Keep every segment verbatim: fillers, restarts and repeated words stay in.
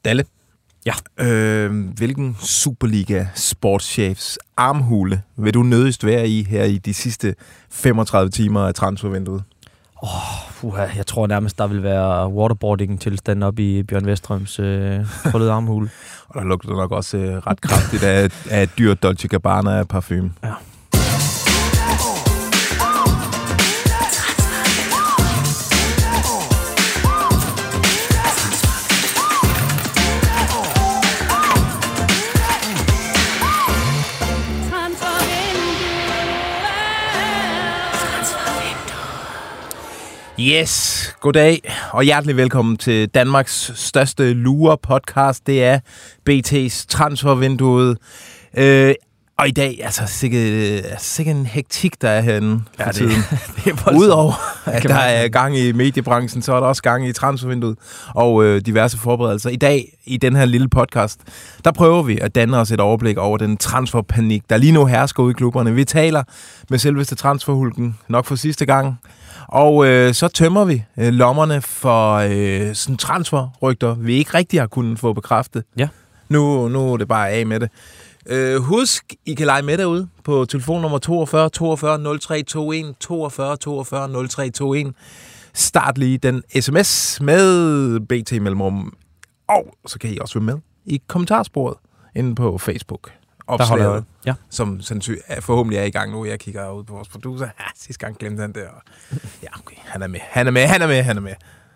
Dalle. Ja. Øh, hvilken Superliga-sportschefs armhule vil du nødigst være i her i de sidste femogtredive timer af transfervinduet? Åh, oh, jeg tror nærmest, der vil være waterboarding-tilstand op i Bjørn Westrøms øh, forlede armhule. Og der lugter nok også øh, ret kraftigt af, af dyr Dolce Gabbana parfume. Ja. Yes, goddag og hjertelig velkommen til Danmarks største lurer-podcast. Det er B T's transfervinduet. Øh, og i dag, altså, sikke, sikke en hektik, der er herinde for ja, det, tiden. det er Udover at der er gang i mediebranchen, så er der også gang i transfervinduet og øh, diverse forberedelser. I dag, i den her lille podcast, der prøver vi at danne os et overblik over den transferpanik, der lige nu hersker ude i klubberne. Vi taler med selveste transferhulken, nok for sidste gang. Og øh, så tømmer vi øh, lommerne for øh, sådan transferrygter, vi ikke rigtig har kunnet få bekræftet. Ja. Nu, nu er det bare af med det. Øh, husk, I kan lege med derude på telefonnummer toogfyrre toogfyrre nul tre to en, toogfyrre toogfyrre nul tre to en. Start lige den sms med B T mellemrum. Og så kan I også være med i kommentarsporet inde på Facebook. Opslaget, ja. Som sandsynligt forhåbentlig er i gang nu. Jeg kigger ud på vores producer. Ja, sidste gang glemte han det. Og ja, okay, han er med, han er med, han er med, han er med.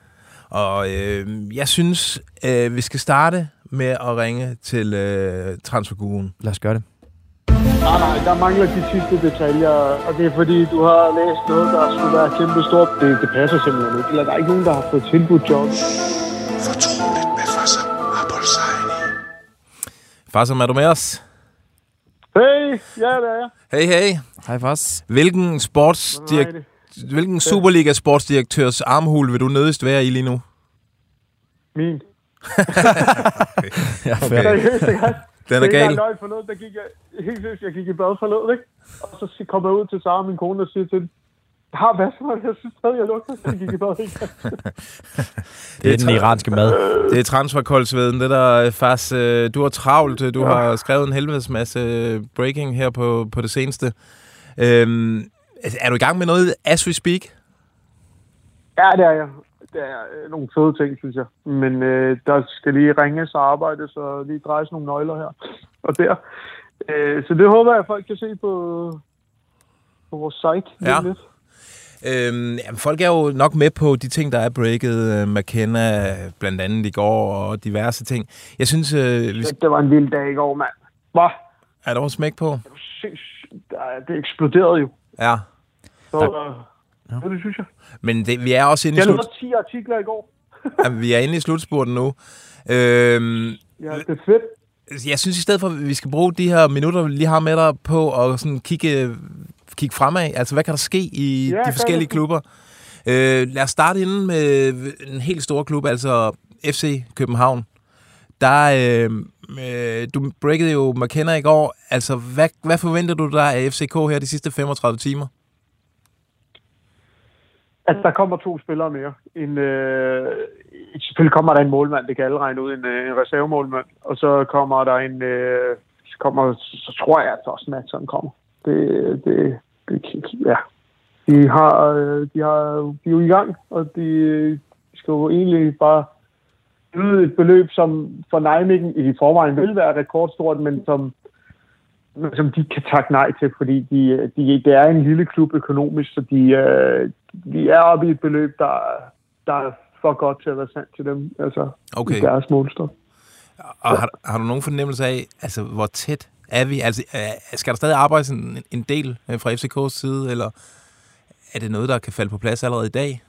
Og øh, jeg synes, øh, vi skal starte med at ringe til øh, transferguruen. Lad os gøre det. Nej, nej, der mangler de sidste detaljer, og det er fordi, du har læst noget, der skulle være kæmpe stort. Det, det passer simpelthen ikke. Eller der er ikke nogen, der har fået tilbudt job. Fortroligt med Fassam Abolsejni. Fassam, er du med os? Hey, ja, det er jeg. Hey, hey. Hej, Fass. Hvilken sportsdirek- Hvilken Superliga-sportsdirektørs armhul vil du nødigst være i lige nu? Min. Okay. Ja, Okay. Seriøst, det er Den er gal. Jeg forlod, der gik jeg, helt seriøst, jeg gik i bad forlod, ikke? Og så kom jeg ud til Sara, min kone, og siger til den, jeg har vasket mig, jeg synes stadig, jeg lugter, så jeg gik i bad, ikke? Det er den iranske mad. Det er transferkoldsveden. Det der faktisk, øh, du har travlt. Du ja. har skrevet en helvedes masse breaking her på, på det seneste. Øhm, er du i gang med noget as we speak? Ja, det er jeg. Det er øh, nogle fede ting, synes jeg. Men øh, der skal lige ringes og arbejdes og lige drejes nogle nøgler her og der. Øh, så det håber jeg, at folk kan se på, på vores site. Ja. Lidt. Øhm, jamen, folk er jo nok med på de ting, der er breaket. McKenna blandt andet i går og diverse ting. Jeg synes... Øh, vi... det, det var en vild dag i går, mand. Hvad? Er der også smæk på? Det eksploderede jo. Ja. Så ja. Det, det synes jeg. Men det, vi er også inde i Jeg slut... lavede ti artikler i går. Jamen, vi er inde i slutspurten nu. Øhm, ja, det er fedt. Jeg synes i stedet for, at vi skal bruge de her minutter, vi lige har med dig på, og sådan kigge, kigge fremad. Altså, hvad kan der ske i ja, de forskellige klubber? Øh, lad os starte inden med en helt stor klub, altså F C København. Der, øh, øh, du breakede jo McKenna i går. Altså, hvad, hvad forventer du der af F C K her de sidste femogtredive timer? Altså, der kommer to spillere mere. En, øh, selvfølgelig kommer der en målmand, det kan alle regne ud, en, en reservemålmand. Og så kommer der en, øh, så, kommer, så tror jeg, at også Madsen kommer. Det, det, det, ja. De har, de har, de er jo i gang, og de skal jo egentlig bare yde et beløb, som for Nijmegen i forvejen vil være rekordstort, men som, som de kan takke nej til, fordi de, de, det er en lille klub økonomisk, så de, de er oppe i et beløb, der, der er for godt til at være sandt til dem, altså okay. i deres målstok. Og har, har du nogen fornemmelse af, altså hvor tæt er vi? Altså, skal der stadig arbejdes en, en del fra F C K's side, eller er det noget, der kan falde på plads allerede i dag?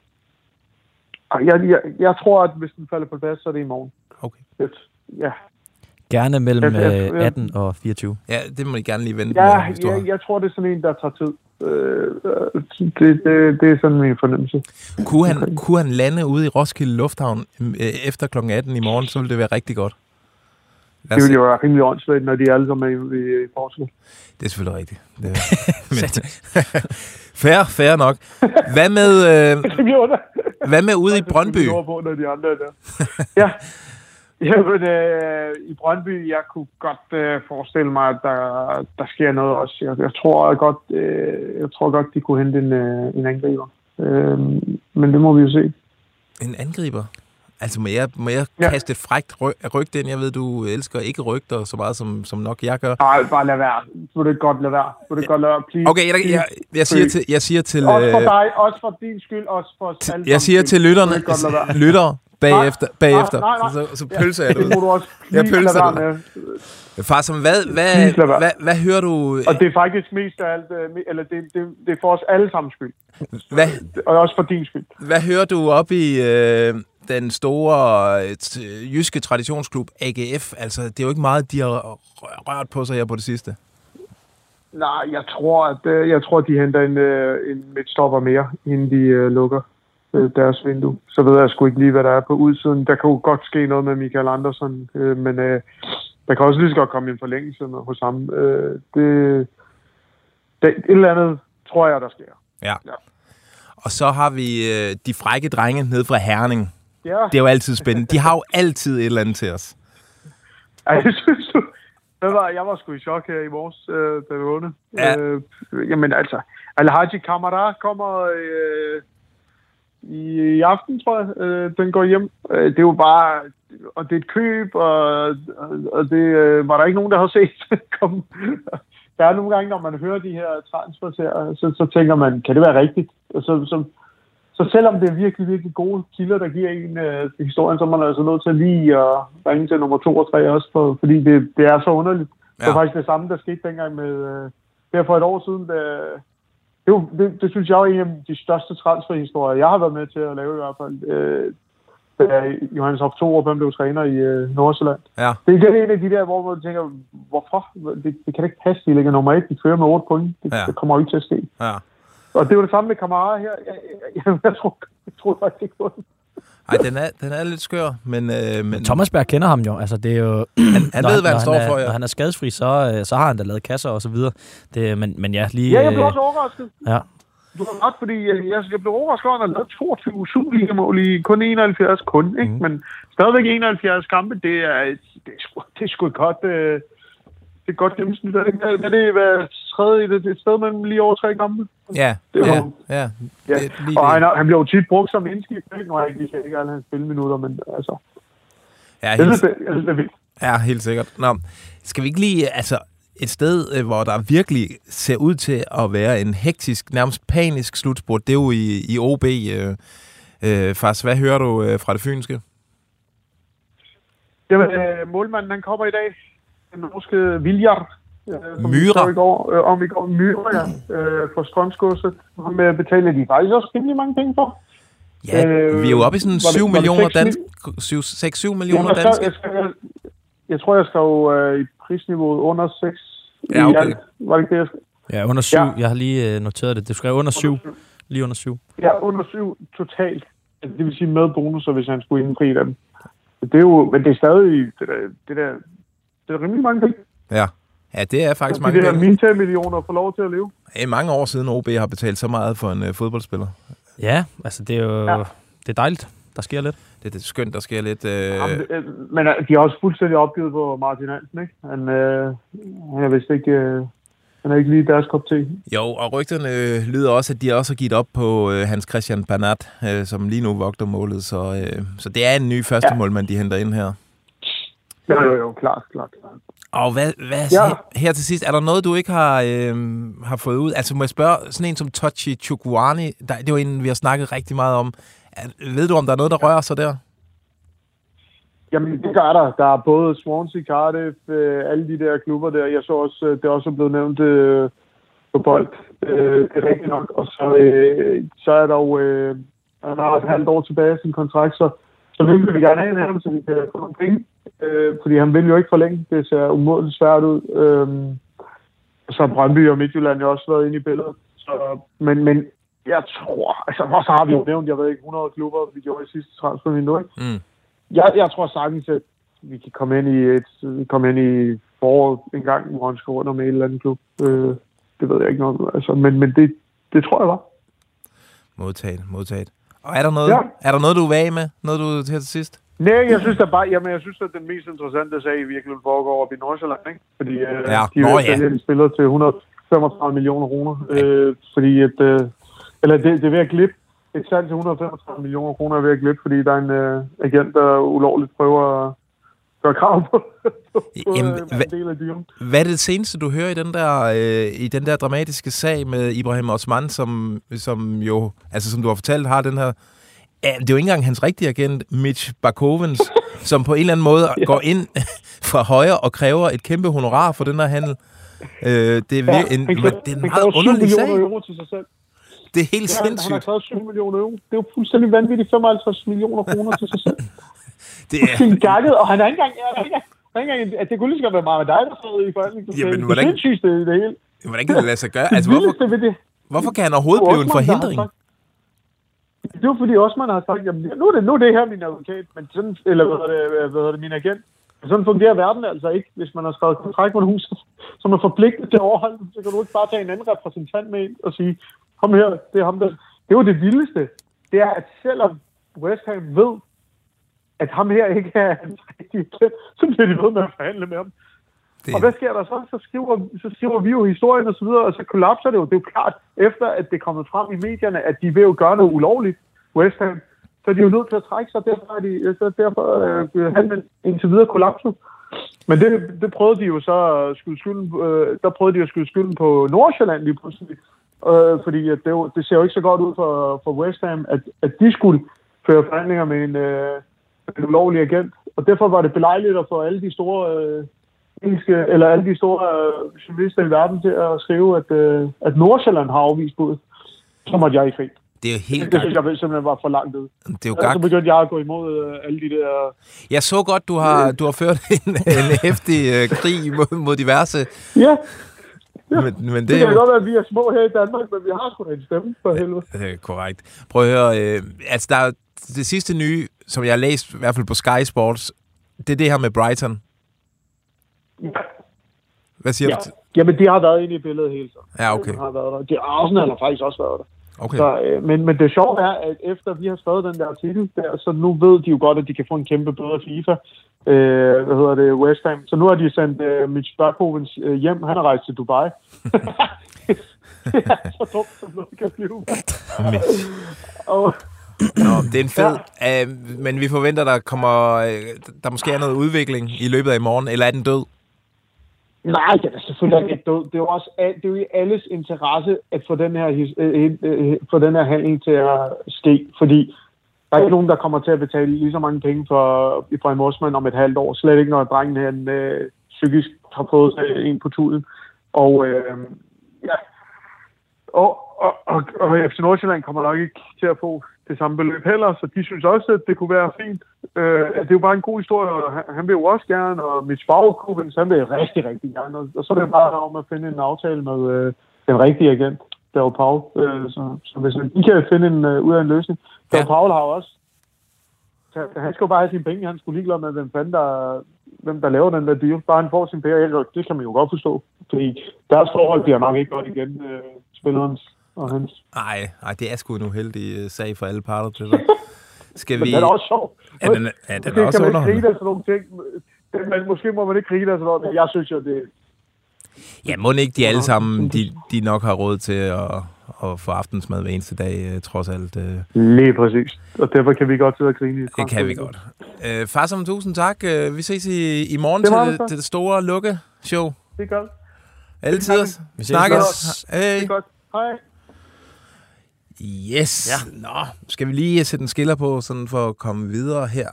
Jeg, jeg, jeg tror, at hvis den falder på plads, så er det i morgen. Okay. Ja. Gerne mellem atten og fireogtyve. Ja, det må I gerne lige vente ja, med. Ja, jeg, jeg tror, det er sådan en, der tager tid. Øh, det, det, det er sådan min fornemmelse. Kunne han, okay. kunne han lande ude i Roskilde Lufthavn øh, efter klokken atten i morgen, så ville det være rigtig godt. Det ville jo være rimelig åndssvagt, når de alle sammen er i, i Portugal. Det er selvfølgelig rigtigt. Det er, fair, fair nok. Hvad med, øh, hvad med ude i Brøndby? På, når de andre er der. Ja. Jamen, øh, i Brøndby, jeg kunne godt øh, forestille mig, at der, der sker noget også. Jeg, jeg, tror godt, øh, jeg tror godt, de kunne hente en, øh, en angriber. Øh, men det må vi jo se. En angriber? Altså, må jeg, må jeg Ja. kaste frækt ry- rygte ind? Jeg ved, du elsker ikke rygter så meget, som, som nok jeg gør. Nej, bare lad være. Du det godt lade være. Du det godt lade være. Please. Okay, jeg, jeg, jeg, siger til... Jeg siger til Også for øh, dig, også for din skyld, også for os alle jeg siger til lytterne, Du det godt lade være. lyttere bagefter, bagefter. Nej, nej, nej. Så, så pølser jeg det Det ud. må du også Jeg please pølser lade det være ud. med. Far, som hvad, hvad, Please lad være. hvad, hvad hører du... Og det er faktisk mest af alt, øh, eller det, det, det er for os alle sammen skyld. Hvad, Og også for din skyld. hvad hører du op i øh, den store øh, t- jyske traditionsklub A G F? Altså, det er jo ikke meget, de har rørt på sig her på det sidste. Nej, jeg tror, at øh, jeg tror, de henter en, øh, en midtstopper mere, inden de øh, lukker øh, deres vindue. Så ved jeg sgu ikke lige, hvad der er på udsiden. Der kan jo godt ske noget med Michael Andersen, øh, men øh, der kan også lige så godt komme en forlængelse med, hos ham. Øh, det, det, et eller andet tror jeg, der sker. Ja. Ja. Og så har vi øh, de frække drenge nede fra Herning. Ja, Det er jo altid spændende. De har jo altid et eller andet til os. Ej, jeg synes du... Jeg var, jeg var sgu i chok her i morges, øh, da vi vågnede. Ja. Øh, jamen altså, Alhaji Kamara kommer øh, i, i aften, tror jeg. Øh, den går hjem. Øh, det er jo bare... Og det er et køb, og, og, og det øh, var der ikke nogen, der har set komme. Der er nogle gange, når man hører de her transfers her, så, så tænker man, kan det være rigtigt? Og så, så, så selvom det er virkelig, virkelig gode kilder, der giver en øh, historien, så er man altså nødt til lige at ringe til nummer to og tre også, for, fordi det, det er så underligt. Ja. Det var faktisk det samme, der skete dengang med, øh, her for et år siden. Det, det, jo, det, det synes jeg er en af de største transferhistorier, jeg har været med til at lave i hvert fald. Øh, da Johannes Hoff Thorup blev træner i øh, Nordsjælland. Ja. Det er en af de der, hvor man tænker, hvorfor? Det, det kan ikke passe, de ligger nummer et, de fører med otte point. Det, Ja. det kommer jo ikke til at ske. Ja. Og det var det samme med Kamara her. Jeg, jeg, jeg, jeg, tror, jeg tror faktisk ikke på det. Ej, den er, den er lidt skør, men... Øh, men Thomas Berg kender ham jo. Altså, det er jo han, han ved, hvad han står er, for, ja. Når han er skadesfri, så, øh, så har han da lavet kasser og så videre. Det, men, men ja, lige... Ja, jeg blev øh, også overrasket. Ja. Du har ret, fordi jeg, jeg, jeg blev overrasket over, at han har lavet toogtyve Superliga-mål i kun enoghalvfjerds kun, ikke? Mhm. Men stadigvæk enoghalvfjerds kampe, det er, det er, sgu, det er sgu et godt, øh, det er et godt gennemsnit. Er det, er det hvad, tredje, det er et sted mellem lige over tre kampe? Ja, Det var- ja, ja. Ja. Det, er lige Og han, det. har- han bliver jo tit brugt som indskift, ikke? Nu har jeg ikke lige ikke alle hans spilminutter, men altså, Ja, jeg helt, synes, det, jeg synes, det er vildt. ja, helt sikkert. Nå, skal vi ikke lige... Altså, et sted, øh, hvor der virkelig ser ud til at være en hektisk, nærmest panisk slutspurt, det er jo i, i O B. Øh, øh, Fars, hvad hører du øh, fra det fynske? Jamen, øh, målmanden, han kommer i dag. Den norske Viljar. Øh, som vi Myhre. så I går, øh, om i går. Myhre, ja. Øh, for Strømsgodset. Ham øh, betaler de faktisk også rimelig mange penge for. Ja, Øh, vi er jo oppe i sådan var det- syv var det millioner seks dansk... seks syv millioner jeg, skrev, danske. jeg, skrev, jeg tror, jeg skrev øh, i prisniveauet under seks. Ja, okay. I alt. Var det ikke det, jeg skrev? Ja, under syv. Ja. Jeg har lige øh, noteret det. Du skrev under syv. Lige under syv. Ja, under syv totalt. Altså, det vil sige med bonusser, hvis han skulle indfri dem. Det er jo, men det er stadig, det der, det der, det er rimelig mange penge. Ja. Ja, det er faktisk De mange der penge. Minta-millioner får lov til at leve. Det er mange år siden, O B har betalt så meget for en øh, fodboldspiller. Ja, altså det er jo... Ja. Det er dejligt. Der sker lidt. Det er det skønt, der sker lidt... Øh... Jamen, øh, men øh, de har også fuldstændig opgivet på Martin Hansen, ikke? Han, øh, han er vist ikke, øh, han er ikke lige deres kop te. Jo, og rygterne øh, lyder også, at de også har givet op på øh, Hans Christian Bernat, øh, som lige nu vogter målet. Så, øh, så det er en ny første Ja. målmand, de henter ind her. Jo, jo, jo, klart, klart, klart. Og hvad, hvad Ja. her, her til sidst, er der noget, du ikke har, øh, har fået ud? Altså må jeg spørge, sådan en som Tochi Chukwuani, der, det er jo en, vi har snakket rigtig meget om. Er, ved du, om der er noget, der rører sig der? Jamen, det gør der. Der er både Swansea, Cardiff, øh, alle de der klubber der. Jeg så også, øh, det er også blevet nævnt øh, på bold. Øh, det er rigtigt nok. Og så, øh, så er der jo, øh, han har et halvt år tilbage i sin kontrakt, så, så vil vi gerne have ham, så vi kan få nogle penge. Øh, fordi han vil jo ikke forlænge. Det ser umådeligt svært ud. Øh, så har Brøndby og Midtjylland jo også været inde i billedet. Så, men, men jeg tror, altså, så har vi jo nævnt, jeg ved ikke, hundrede klubber, vi gjorde i sidste transfervindue, ikke? Mm. Jeg, jeg tror sagtens, at vi kan komme ind i et, komme ind i foråret en gang, hvor han skal rundt om en eller anden klub. Øh, det ved jeg ikke noget om. Altså, men, men det, det tror jeg var. Modtaget, modtaget. Og er der noget, Ja. er der noget du er vag med? Noget du til til sidst? Nej, jeg synes da bare, jamen, jeg synes, at den mest interessante sag i virkeligheden foregår op i Nordsjælland, ikke? Fordi øh, ja. de Nå, vil ja. sælge de spillere til et hundrede og femogtredive millioner kroner. Øh, fordi at, øh, eller det, det er ved at glippe. Et salg til et hundrede og femogtredive millioner kroner er ved at glippe, fordi der er en øh, agent, der ulovligt prøver at gøre krav på, på Jamen, øh, hva, en del af dyren. hvad er det seneste, du hører i den der, øh, i den der dramatiske sag med Ibrahim Osman, som, som jo, altså som du har fortalt, har den her. Ja, det er jo ikke engang hans rigtige agent, Mitch Barkovens, som på en eller anden måde ja. går ind fra højre og kræver et kæmpe honorar for den her handel. Øh, det er, ja, en, kan, det er en meget underlig sag. Euro til sig selv. Det er helt ja, sindssygt. Han har taget syv millioner euro. Det er jo fuldstændig vanvittigt. femoghalvtreds millioner kroner til sig selv. Det er... Gakket, og han er ikke engang... Han er ikke engang at det kunne lige så godt være meget med dig, der sad i forhandlingen. Jamen, det hvordan... er sindssygt, det, det hele. Hvordan kan det lade sig gøre? Altså, hvorfor, det. hvorfor kan han overhovedet blive en forhindring? Det er jo fordi Osman har sagt, jamen, nu er det, nu er det her min advokat, men sådan, eller hvad hedder det, hvad hedder det, min agent. Men sådan fungerer verden altså ikke, hvis man har skrevet kontrakt med nogen, som er forpligtet til at overholde, så kan du ikke bare tage en anden repræsentant med ind og sige, kom her, det er ham der. Det er jo det vildeste. Det er, at selvom West Ham ved, at ham her ikke er hans rigtige agent, så bliver de ved med at forhandle med ham. Det... Og hvad sker der så? Så skriver, så skriver vi jo historien og så videre, og så kollapser det jo. Det er jo klart, efter at det er kommet frem i medierne, at de vil jo gøre noget ulovligt, West Ham, så er de jo nødt til at trække sig, derfor er de, så derfor øh, handlen indtil videre kollapset. Men det, det prøvede de jo så at skyde skylden, øh, der prøvede de at skyde skylden på Nordsjælland lige pludselig, øh, fordi at det, jo, det ser jo ikke så godt ud for, for West Ham, at, at de skulle føre forhandlinger med en, øh, en ulovlig agent, og derfor var det belejligt at få alle de store... Øh, eller alle de store øh, journalister i verden til at skrive, at, øh, at Nordsjælland har afvist budet. Så måtte jeg i fri. Det er jo helt det, synes jeg simpelthen var for langt ud. Det er jo gak. Så begyndte jeg at gå imod øh, alle de der... Jeg så godt, du har, du har ført en, en hæftig øh, krig mod, mod diverse... Ja. Ja. Men, men det, det kan jo... godt være, at vi er små her i Danmark, men vi har sgu da en stemme for helvede. Det er korrekt. Prøv at høre, øh, altså der er det sidste nye, som jeg har læst, i hvert fald på Sky Sports, det er det her med Brighton. Ja. Hvad siger ja. du til? Jamen, de har været inde i billedet hele tiden. Ja, okay. De har været der. De Arsenal har faktisk også været der. Okay. Så, øh, men, men det sjove er, at efter vi har skrevet den der artikel der, så nu ved de jo godt, at de kan få en kæmpe bøde af FIFA. Øh, hvad hedder det? West Ham. Så nu har de sendt øh, Mitch Barkovens øh, hjem. Han har rejst til Dubai. Det er så dumt, som noget kan blive. Og... Nå, det er en fed, ja. uh, men vi forventer, der kommer, uh, der måske er noget udvikling i løbet af i morgen, eller er den død? Nej, det er selvfølgelig ikke død. Det er jo også det er jo i alles interesse at få den her, øh, øh, få den her handling til at ske, fordi der er ikke nogen, der kommer til at betale lige så mange penge for Ibrahim Osman om et halvt år. Slet ikke, når drengen her øh, psykisk har fået en på tuden. Og øh, ja, og, og, og, og F C Nordsjælland kommer nok ikke til at få det samme beløb heller, så de synes også, at det kunne være fint. Øh, det er jo bare en god historie, og han, han vil jo også gerne, og Mitch Barkovens, han vil rigtig, rigtig gerne. Og, og så er det bare om at finde en aftale med øh, den rigtige agent, Del Paul. Øh, så, så hvis I kan finde en, uh, ud af en løsning. Del ja. Paul har også, så, han skal jo bare have sine penge, han skulle ligeglade med, hvem fanden der, hvem der laver den der deal. Bare han får sine penge, det kan man jo godt forstå. Fordi deres forhold bliver nok ikke godt igen, øh, spillerens. Nej, nej, det er sgu en uheldig uh, sag for alle parter. Det der. Skal vi... Men den er også sjov. Ja, den, ja, den er også underholdende. Måske kan man ikke grine af sådan nogle ting. Men måske må man ikke grine af sådan noget, men jeg synes jo, det... Ja, må ikke de alle sammen, de, de nok har råd til at, at få aftensmad hver eneste dag, trods alt. Uh... Lige præcis. Og derfor kan vi godt sidde og grine i det. Det kan vi godt. Uh, far som tusind tak. Uh, vi ses i, i morgen det til, det, til det store lukke-show. Det er godt. Altid. Vi snakkes. Hey. Det er godt. Hej. Yes. Ja. Nå, skal vi lige sætte en skiller på, sådan for at komme videre her.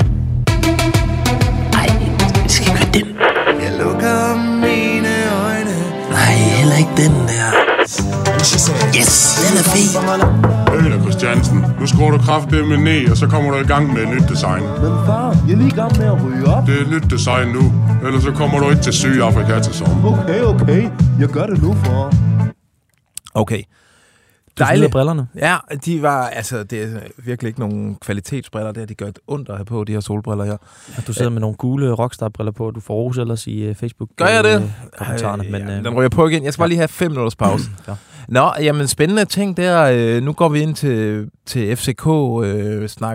Nej, det skal ikke være den. Jeg lukker mine øjne. Nej, heller ikke den der. Yes, den er fed. Øl Christiansen, nu skruer du kraftedeme ned, og så kommer du i gang med et nyt design. Men far, jeg er lige i gang med at ryge op. Det er et nyt design nu, ellers så kommer du ikke til Sydafrika til sommer. Okay, okay. Jeg gør det nu, far. Okay. Dejligt. Brillerne. Ja, de var, altså, det er virkelig ikke nogen kvalitetsbriller der. De gør et ondt at have på, de her solbriller her. Ja, du sidder med nogle gule Rockstar-briller på. Du får rose ellers i uh, Facebook. Gør jeg det? Uh, kommentarerne, men, ja, uh, den ryger på igen. Jeg skal bare lige have fem minutters pause. ja. Nå, jamen spændende ting der. Uh, nu går vi ind til, til F C K-snakken.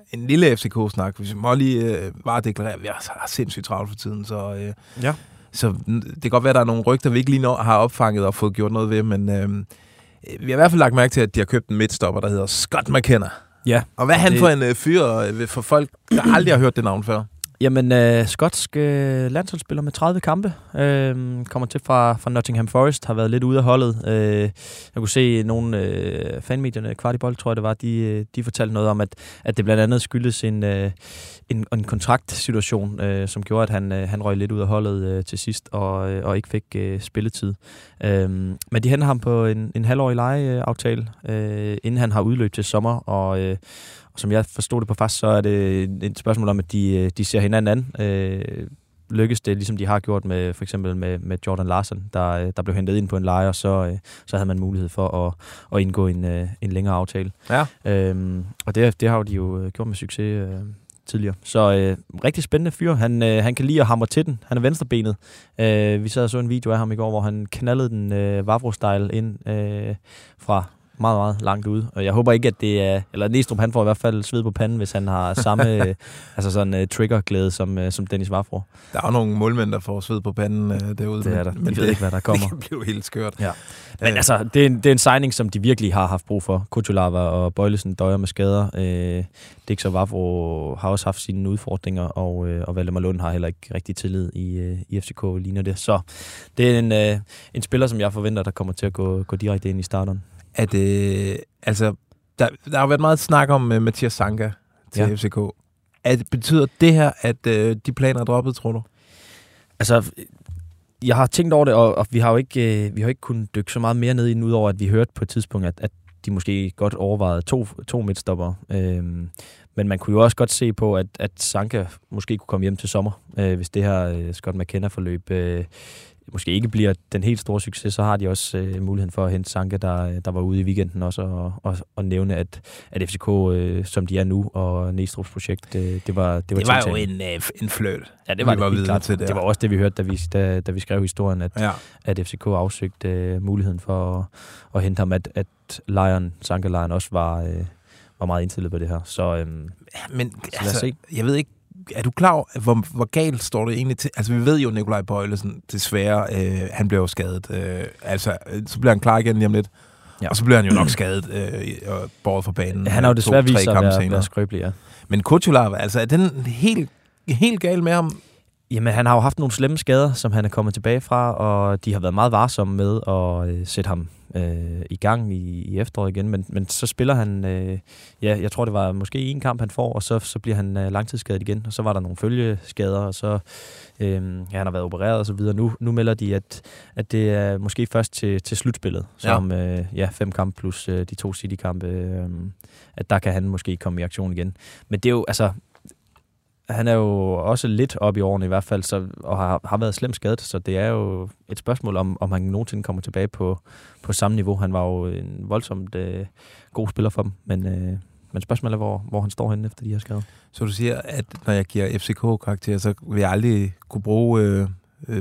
en lille F C K-snak. Hvis vi må lige øh, bare deklarere, at vi har sindssygt travlt for tiden, så, øh, ja. så det kan godt være, at der er nogle rygter, vi ikke lige når, har opfanget og fået gjort noget ved, men øh, vi har i hvert fald lagt mærke til, at de har købt en midtstopper, der hedder Scott McKenna. Ja. Og hvad er han det... for en øh, fyr øh, for folk, der aldrig har hørt det navn før? Jamen, øh, skotsk øh, landsholdsspiller med tredive kampe, øh, kommer til fra, fra Nottingham Forest, har været lidt ude af holdet. Øh, jeg kunne se nogle øh, fanmedierne, Kvartibold tror jeg det var, de, de fortalte noget om, at, at det blandt andet skyldes en, øh, en, en kontraktsituation, øh, som gjorde, at han, øh, han røg lidt ud af holdet øh, til sidst, og, øh, og ikke fik øh, spilletid. Øh, men de henter ham på en, en halvårig lejeaftale, øh, inden han har udløb til sommer, og øh, som jeg forstod det på fast, så er det et spørgsmål om, at de, de ser hinanden an. Øh, lykkes det, ligesom de har gjort med for eksempel med, med Jordan Larsen, der, der blev hentet ind på en leje, og så, så havde man mulighed for at, at indgå en, en længere aftale. Ja. Øhm, og det, det har de jo gjort med succes øh, tidligere. Så øh, rigtig spændende fyr. Han, øh, han kan lide at hamre til den. Han er venstrebenet. Øh, vi sad og så en video af ham i går, hvor han knaldede den øh, Vavro-style ind øh, fra meget, meget langt ude. Og jeg håber ikke, at det er... Eller Næstrup, han får i hvert fald sved på panden, hvis han har samme altså sådan, uh, trigger-glæde som, uh, som Dennis Vavro. Der er jo nogle målmænd, der får sved på panden uh, derude. Det er der. Men jeg det, ved ikke, hvad der kommer. Det kan blive helt skørt. Ja. Men uh, altså, det er, en, det er en signing, som de virkelig har haft brug for. Kutulava og Bøjlesen døjer med skader. Uh, Dix og Vavro har også haft sine udfordringer, og, uh, og Valdemar Lund har heller ikke rigtig tillid i, uh, i F C K, ligner det. Så det er en, uh, en spiller, som jeg forventer, der kommer til at gå, gå direkte ind i starteren. At, øh, altså, der, der har været meget snak om uh, Mathias Sanka til ja. F C K. At, betyder det her, at øh, de planer er droppet, tror du? Altså, jeg har tænkt over det, og, og vi har jo ikke, øh, vi har ikke kunnet dykke så meget mere ned i den, udover at vi hørte på et tidspunkt, at, at de måske godt overvejede to, to midtstopper. Øhm, men man kunne jo også godt se på, at, at Sanka måske kunne komme hjem til sommer, øh, hvis det her øh, Scott McKenna-forløb øh, måske ikke bliver den helt store succes, så har de også øh, muligheden for at hente Sanka, der, der var ude i weekenden også, og, og, og nævne, at, at F C K, øh, som de er nu, og Næstrup's projekt, øh, det var det var, det var jo en, øh, en fløjt. Ja, det var vi det, var helt klart. Til det, det var også det, vi hørte, da vi, da, da vi skrev historien, at, ja. at F C K afsøgte øh, muligheden for at, at hente ham, at, at Lion, Sanka-Lion også var, øh, var meget indstillet på det her. Så, øh, Men så altså, se. jeg ved ikke, er du klar over, hvor, hvor galt står det egentlig til? Altså, vi ved jo, Nikolaj Bøjlesen, desværre, øh, han bliver jo skadet. Øh, altså, så bliver han klar igen lige om lidt. Ja. Og så bliver han jo nok skadet øh, og båret fra banen. Ja, han har jo desværre vist sig at være, være skrøbelig, ja. Men Kutulava, altså, er den helt, helt gal med ham? Jamen, han har jo haft nogle slemme skader, som han er kommet tilbage fra, og de har været meget varsomme med at øh, sætte ham øh, i gang i, i efteråret igen. Men, men så spiller han, øh, ja, jeg tror, det var måske en kamp, han får, og så, så bliver han øh, langtidsskadet igen. Og så var der nogle følgeskader, og så øh, ja, han har været opereret og så videre. Nu, nu melder de, at, at det er måske først til, til slutspillet, som ja. Øh, ja, fem kampe plus øh, de to City-kampe, øh, at der kan han måske komme i aktion igen. Men det er jo, altså... Han er jo også lidt op i årene i hvert fald, så, og har, har været slemt skadet, så det er jo et spørgsmål om, om han nogensinde kommer tilbage på, på samme niveau. Han var jo en voldsomt øh, god spiller for dem, men, øh, men spørgsmålet er, hvor, hvor han står henne efter de her skader. Så du siger, at når jeg giver F C K-karakter, så vil jeg aldrig kunne bruge øh, øh,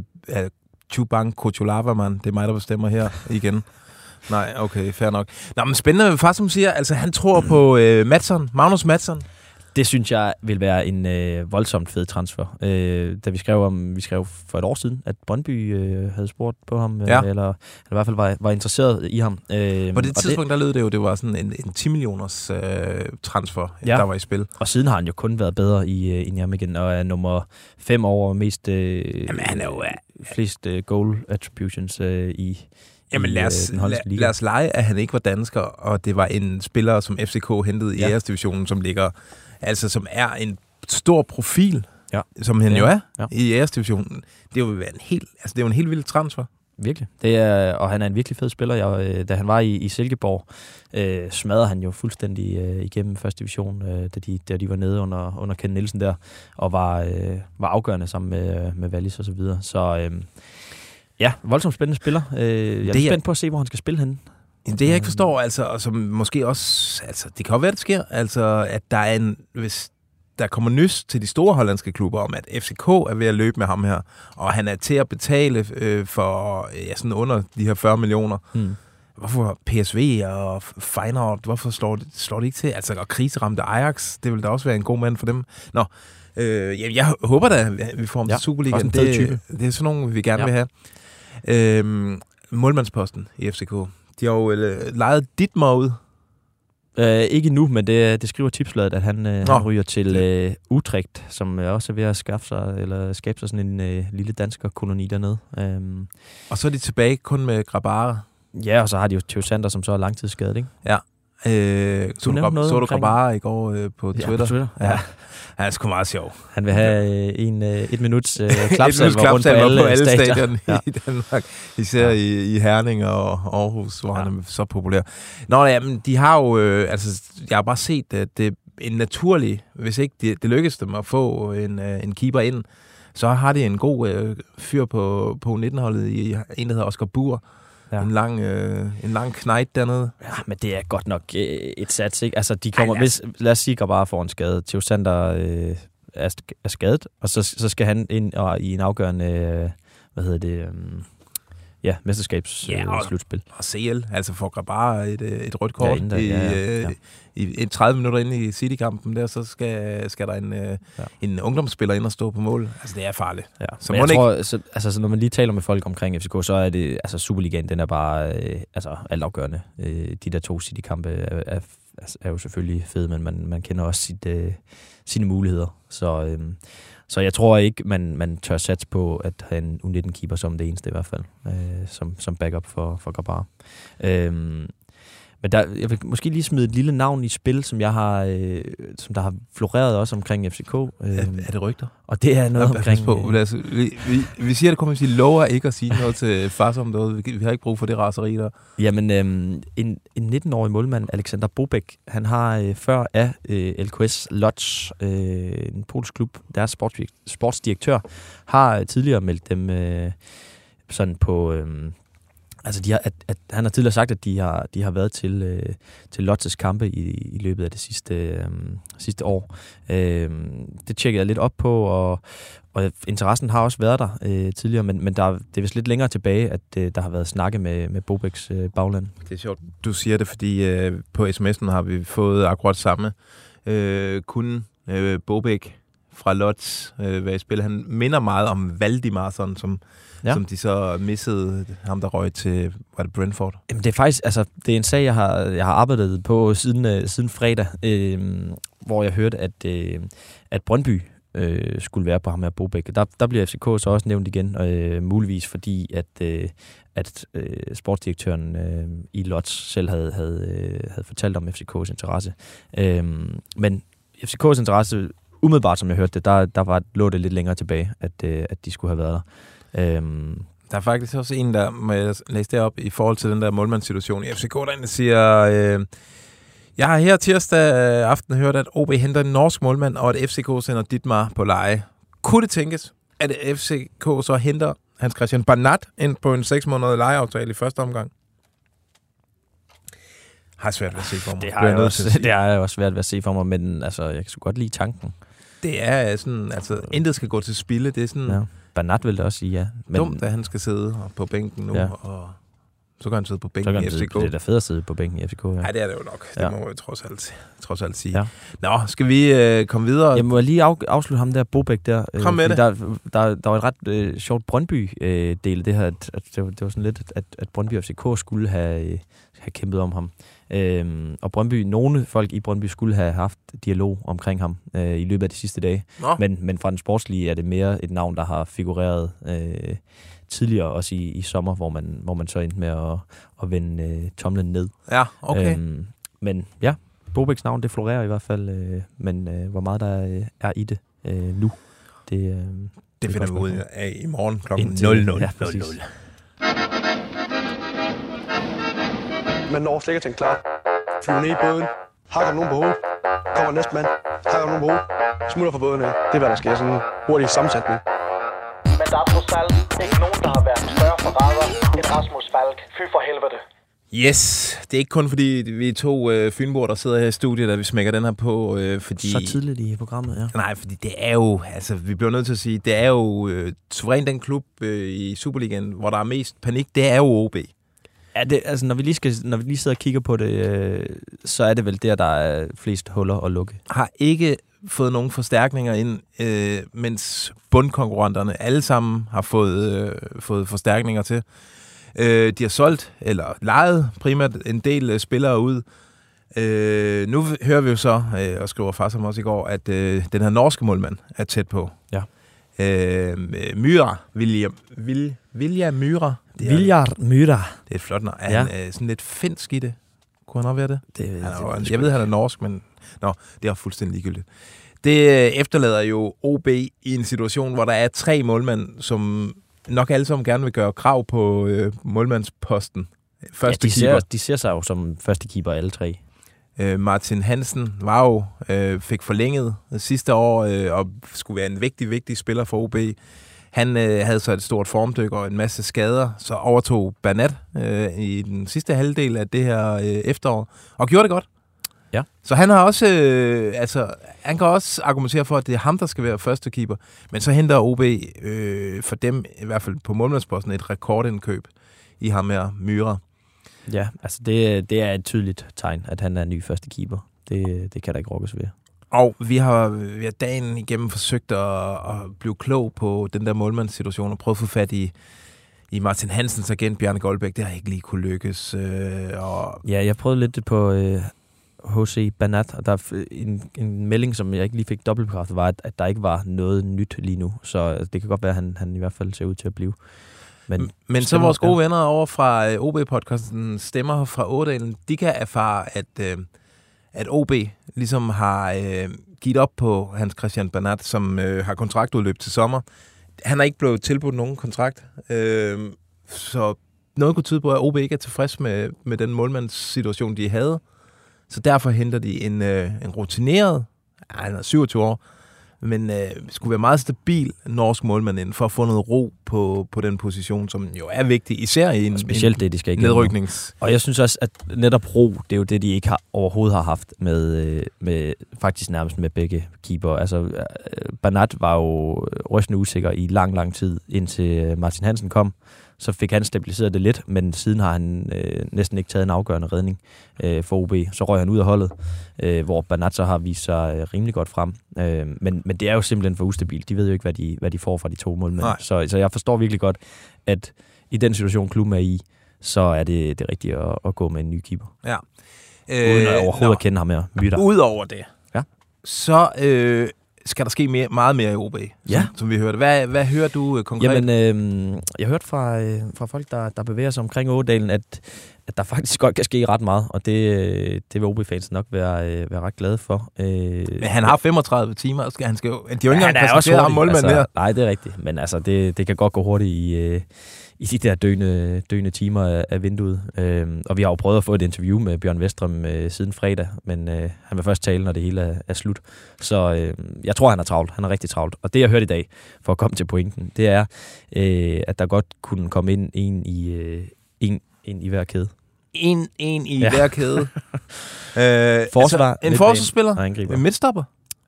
Chubang Kutulava, man. Det er mig, der bestemmer her igen. Nej, okay, fair nok. Nå, men spændende, far som siger, altså han tror på øh, Madsson, Magnus Madsson. Det synes jeg vil være en øh, voldsomt fed transfer. Øh, da vi skrev om, vi skrev for et år siden, at Brøndby øh, havde spurgt på ham, øh, ja. eller, eller i hvert fald var, var interesseret i ham. Øh, på det tidspunkt, det, der lød det jo, det var sådan en, en ti millioners øh, transfer, ja. der var i spil. Og siden har han jo kun været bedre i, øh, i Nijmegen, og er nummer fem over mest øh, Jamen, han er jo, øh, flest øh, goal attributions øh, i Jamen lad os, lad, lad os lege, at han ikke var dansker, og det var en spiller, som F C K hentede i ja. æresdivisionen, som ligger, altså som er en stor profil, ja. som han ja. jo er ja. i æresdivisionen. Det er jo en helt, altså det er jo en helt vild transfer. Virkelig. Det er, og han er en virkelig fed spiller. Jeg, da han var i, i Silkeborg, øh, smadrede han jo fuldstændig øh, igennem første division, øh, da, de, da de var nede under, under Ken Nielsen der, og var, øh, var afgørende sammen med, med Wallis og så videre. Så øh, ja, voldsomt spændende spiller. Øh, jeg er det, spændt på at se, hvor han skal spille henne. Det jeg ikke forstår, altså, og som måske også, altså, det kan jo være, det sker, altså, at der er en, hvis der kommer nys til de store hollandske klubber om, at F C K er ved at løbe med ham her, og han er til at betale øh, for ja, sådan under de her fyrre millioner. Hmm. hvorfor P S V og Feyenoord, hvorfor slår det, slår det ikke til? Altså, og kriseramte Ajax, det vil da også være en god mand for dem. Nå, øh, jeg, jeg håber da, at vi får ham ja, til Superligaen. Det, type. det er sådan nogle, vi gerne ja. vil have. Øh, målmandsposten i F C K. De har jo øh, lejet Dittmar ud. Uh, ikke nu, men det, det skriver tipsbladet, at han, uh, han ryger til uh, Utrecht, som uh, også er ved at skaffe sig, eller skabe sig sådan en uh, lille dansker koloni dernede. Um, og så er de tilbage kun med Grabara. Ja, og så har de jo Theo Sander, som så er langtidsskadet, ikke? Ja. Øh, så du, grab, så du Grabara i går øh, på Twitter? Ja, på Twitter. Ja. ja. Han er sgu meget sjov. Han vil have øh, en, øh, et minuts øh, klapsalver rundt på alle, på alle stadion, stadion ja. i Danmark. Især ja. i, i Herning og Aarhus, hvor ja. han er så populær. Nå, ja, men de har jo... Øh, altså, jeg har bare set, at det er en naturlig... Hvis ikke det, det lykkes dem at få en, øh, en keeper ind, så har de en god øh, fyr på, på U nitten-holdet i en, der hedder Oscar Buhr. Ja. En lang, øh, en lang knejt dernede. Ja, men det er godt nok øh, et sats, ikke? Altså, de kommer... Ej, lad, os... Hvis, lad os sige, at bare får en skade. Theo Sander øh, er, er skadet, og så, så skal han ind og, i en afgørende... Øh, hvad hedder det... Øh, ja, mesterskabsslutspil. Ja, og, øh, og C L, altså for Grabara et, et rødt kort. Ja, inden, i, ja, ja, ja. I, i tredive minutter inde i City-kampen der, så skal, skal der en, ja. en ungdomsspiller ind og stå på mål. Altså, det er farligt. Ja. Så Men jeg ikke... tror, så, altså, så når man lige taler med folk omkring F C K, så er det, altså Superligaen, den er bare øh, altså, altafgørende. Øh, de der to City-kampe er, er, er, er jo selvfølgelig fede, men man, man kender også sit, øh, sine muligheder. Så... Øh, Så jeg tror ikke, man, man tør satse på at have en U nitten-keeper som det eneste i hvert fald, øh, som, som backup for, for Grabara. Øhm, men der, jeg vil måske lige smide et lille navn i spil, som jeg har, øh, som der har floreret også omkring F C K. Øh, er, er det rygter? Og det er noget ja, omkring... På. Øh, altså, vi, vi, vi siger, det kommer til at lover ikke at sige noget til fars om noget. Vi, vi har ikke brug for det raseri der. Jamen, øh, en, en nitten-årig målmand, Alexander Bobek, han har øh, før af øh, L K S Lodz, øh, en polsk klub, deres sports, sportsdirektør, har tidligere meldt dem øh, sådan på... Øh, Altså, de har, at, at han har tidligere sagt, at de har, de har været til, øh, til Lottes kampe i, i løbet af det sidste, øh, sidste år. Øh, det tjekkede jeg lidt op på, og, og interessen har også været der øh, tidligere, men, men der, det er vist lidt længere tilbage, at øh, der har været snakke med, med Bobeks øh, bagland. Det er sjovt, du siger det, fordi øh, på sms'en har vi fået akkurat samme. Øh, kun øh, Bobek fra Lodz øh, være i spil. Han minder meget om Valdimarsson, som... Ja. Som de så missede, ham der røg til, var det Brentford? Jamen det er faktisk, altså, det er en sag, jeg har, jeg har arbejdet på siden, øh, siden fredag, øh, hvor jeg hørte, at, øh, at Brøndby øh, skulle være på ham her Bobek. Der, der bliver F C K så også nævnt igen, øh, muligvis fordi, at, øh, at øh, sportsdirektøren øh, i Lodz selv havde, havde, øh, havde fortalt om F C K's interesse. Øh, men F C K's interesse, umiddelbart som jeg hørte det, der, der var, lå det lidt længere tilbage, at, øh, at de skulle have været der. Øhm. Der er faktisk også en, der må jeg læse det op i forhold til den der målmandssituation i F C K, der siger, øh, jeg har her tirsdag aften hørt, at O B henter en norsk målmand, og at F C K sender Dittmar på leje. Kunne det tænkes, at F C K så henter Hans Christian Barnat ind på en seks måneder lejeaftale i første omgang? Har svært ved at se for mig. Det har jeg også, det har jeg også svært ved at se for mig, men altså, jeg kan så godt lide tanken. Det er sådan, altså, intet skal gå til spilde, det er sådan... Ja. Bernat vil da også sige ja. Men dumt, at han skal sidde på bænken nu, ja. og så kan han sidde på bænken i F C K. Det er da fedt at sidde på bænken i F C K, ja. Nej, det er det jo nok. Det ja. må jeg trods alt, trods alt sige. Ja. Nå, skal vi øh, komme videre? Jeg må lige af, afslutte ham der, Bobek der. Kom med det. Der, der, der var et ret øh, sjovt Brøndby-del, øh, det her, at, at det, var, det var sådan lidt, at, at Brøndby og F C K skulle have, øh, have kæmpet om ham. Øhm, og Brøndby, nogle folk i Brøndby skulle have haft dialog omkring ham øh, i løbet af de sidste dage. Men, men fra den sportslige er det mere et navn, der har figureret øh, tidligere, også i, i sommer, hvor man, hvor man så endte med at, at vende øh, tomlen ned. Ja, okay. Øhm, men ja, Bobeks navn, det florerer i hvert fald, øh, men øh, hvor meget der øh, er i det øh, nu, det, øh, det, det finder vi ud af i morgen klokken nul nul. Ja, præcis. Man når slet ikke til en klar. Flyver ned i båden. Hakker nogen på hovedet. Kommer næste mand. Hakker nogen på hovedet. Smutter fra båden af. Det er, hvad der sker. Sådan en hurtig sammensætning. Men der er trods alt ikke nogen, der har været større forræder end Rasmus Falk. Fy for helvede. Yes, det er ikke kun fordi vi er to øh, fynboer, der sidder her i studiet, at vi smækker den her på, øh, fordi... Så tidligt i programmet, ja. Nej, fordi det er jo, altså vi bliver nødt til at sige, det er jo øh, suverænt den klub øh, i Superligaen, hvor der er mest panik, det er jo O B. Ja, det, altså, når vi lige skal, når vi lige sidder og kigger på det, øh, så er det vel der, der er flest huller at lukke. Har ikke fået nogen forstærkninger ind, øh, mens bundkonkurrenterne alle sammen har fået, øh, fået forstærkninger til. Øh, de har solgt, eller lejet primært en del øh, spillere ud. Øh, nu hører vi jo så, øh, og skriver far som også i går, at øh, den her norske målmand er tæt på. Ja. Øh, Myhra, William, Vil, Vilja Myhra. Viljar Myhra. Det er et flot navn. Er ja. han øh, sådan lidt finsk i det? Kunne han nok være det? det, han er, det, det jeg ved, han er norsk, men nå, det er fuldstændig ligegyldigt. Det øh, efterlader jo O B i en situation, hvor der er tre målmænd, som nok alle sammen gerne vil gøre krav på øh, målmandsposten. Første ja, de, ser, de ser sig jo som første keeper alle tre. Øh, Martin Hansen var jo, øh, fik forlænget sidste år øh, og skulle være en vigtig, vigtig spiller for O B. Han øh, havde så et stort formdyk og en masse skader, så overtog Bernat øh, i den sidste halvdel af det her øh, efterår, og gjorde det godt. Ja. Så han har også, øh, altså, han kan også argumentere for, at det er ham, der skal være første keeper, men så henter O B øh, for dem, i hvert fald på målmandsposten, et rekordindkøb i ham her, Myhra. Ja, altså det, det er et tydeligt tegn, at han er ny første keeper. Det, det kan der ikke rokkes ved. Og vi har, vi har dagen igennem forsøgt at, at blive klog på den der målmandssituation og prøve at få fat i, i Martin Hansens agent, Bjarne Goldbæk. Det har ikke lige kunne lykkes. Øh, og ja, jeg prøvede lidt på øh, H C Bernat, og der er en, en melding, som jeg ikke lige fik dobbeltbekræftet, var, at, at der ikke var noget nyt lige nu. Så altså, det kan godt være, at han, han i hvert fald ser ud til at blive. Men, Men så vores gode venner over fra øh, O B-podcasten Stemmer fra Ådalen, de kan erfare, at, øh, at O B ligesom har øh, givet op på Hans Christian Bernat, som øh, har kontraktudløb til sommer. Han har ikke blevet tilbudt nogen kontrakt, øh, så noget kunne tyde på, at O B ikke er tilfreds med, med den målmandssituation, de havde. Så derfor henter de en, øh, en rutineret, han er syvogtyve år, men øh, skulle være meget stabil norsk målmand ind, for at få noget ro på, på den position, som jo er vigtig, især i en, specielt en det, de skal ikke nedryknings... Og jeg synes også, at netop ro, det er jo det, de ikke har, overhovedet har haft med, med faktisk nærmest med begge keeper. Altså, Bernat var jo rystende usikker i lang, lang tid, indtil Martin Hansen kom. Så fik han stabiliseret det lidt, men siden har han øh, næsten ikke taget en afgørende redning øh, for O B. Så røg han ud af holdet, øh, hvor Bernat så har vist sig øh, rimelig godt frem. Øh, men, men det er jo simpelthen for ustabilt. De ved jo ikke, hvad de, hvad de får fra de to målmænd. Så, så jeg forstår virkelig godt, at i den situation, klubben er i, så er det det rigtige at, at gå med en ny keeper. Ja. Øh, Uden at overhovedet at kende ham her. Myhra. Udover det, ja. så... Øh skal der ske mere, meget mere i O B, ja. som, som vi hørte. Hvad, hvad hører du uh, konkret? Jamen, øh, jeg har hørt fra, øh, fra folk, der, der bevæger sig omkring Ådalen, at, at der faktisk godt kan ske ret meget, og det, det vil O B-fans nok være, øh, være ret glade for. Øh, men han har femogtredive timer, skal han skal jo... De har jo ikke engang præsenteret ham målmand altså, der. Nej, det er rigtigt, men altså, det, det kan godt gå hurtigt i... Øh, i de der døgende, døgende timer af, af vinduet. Øhm, og vi har jo prøvet at få et interview med Bjørn Westrøm øh, siden fredag, men øh, han vil først tale, når det hele er, er slut. Så øh, jeg tror, han er travlt. Han er rigtig travlt. Og det, jeg hørte i dag, for at komme til pointen, det er, øh, at der godt kunne komme ind en i, øh, en, en i hver kæde. En, en i ja. hver kæde. øh, Forsvar, altså, en forsvarsspiller? En midtstopper?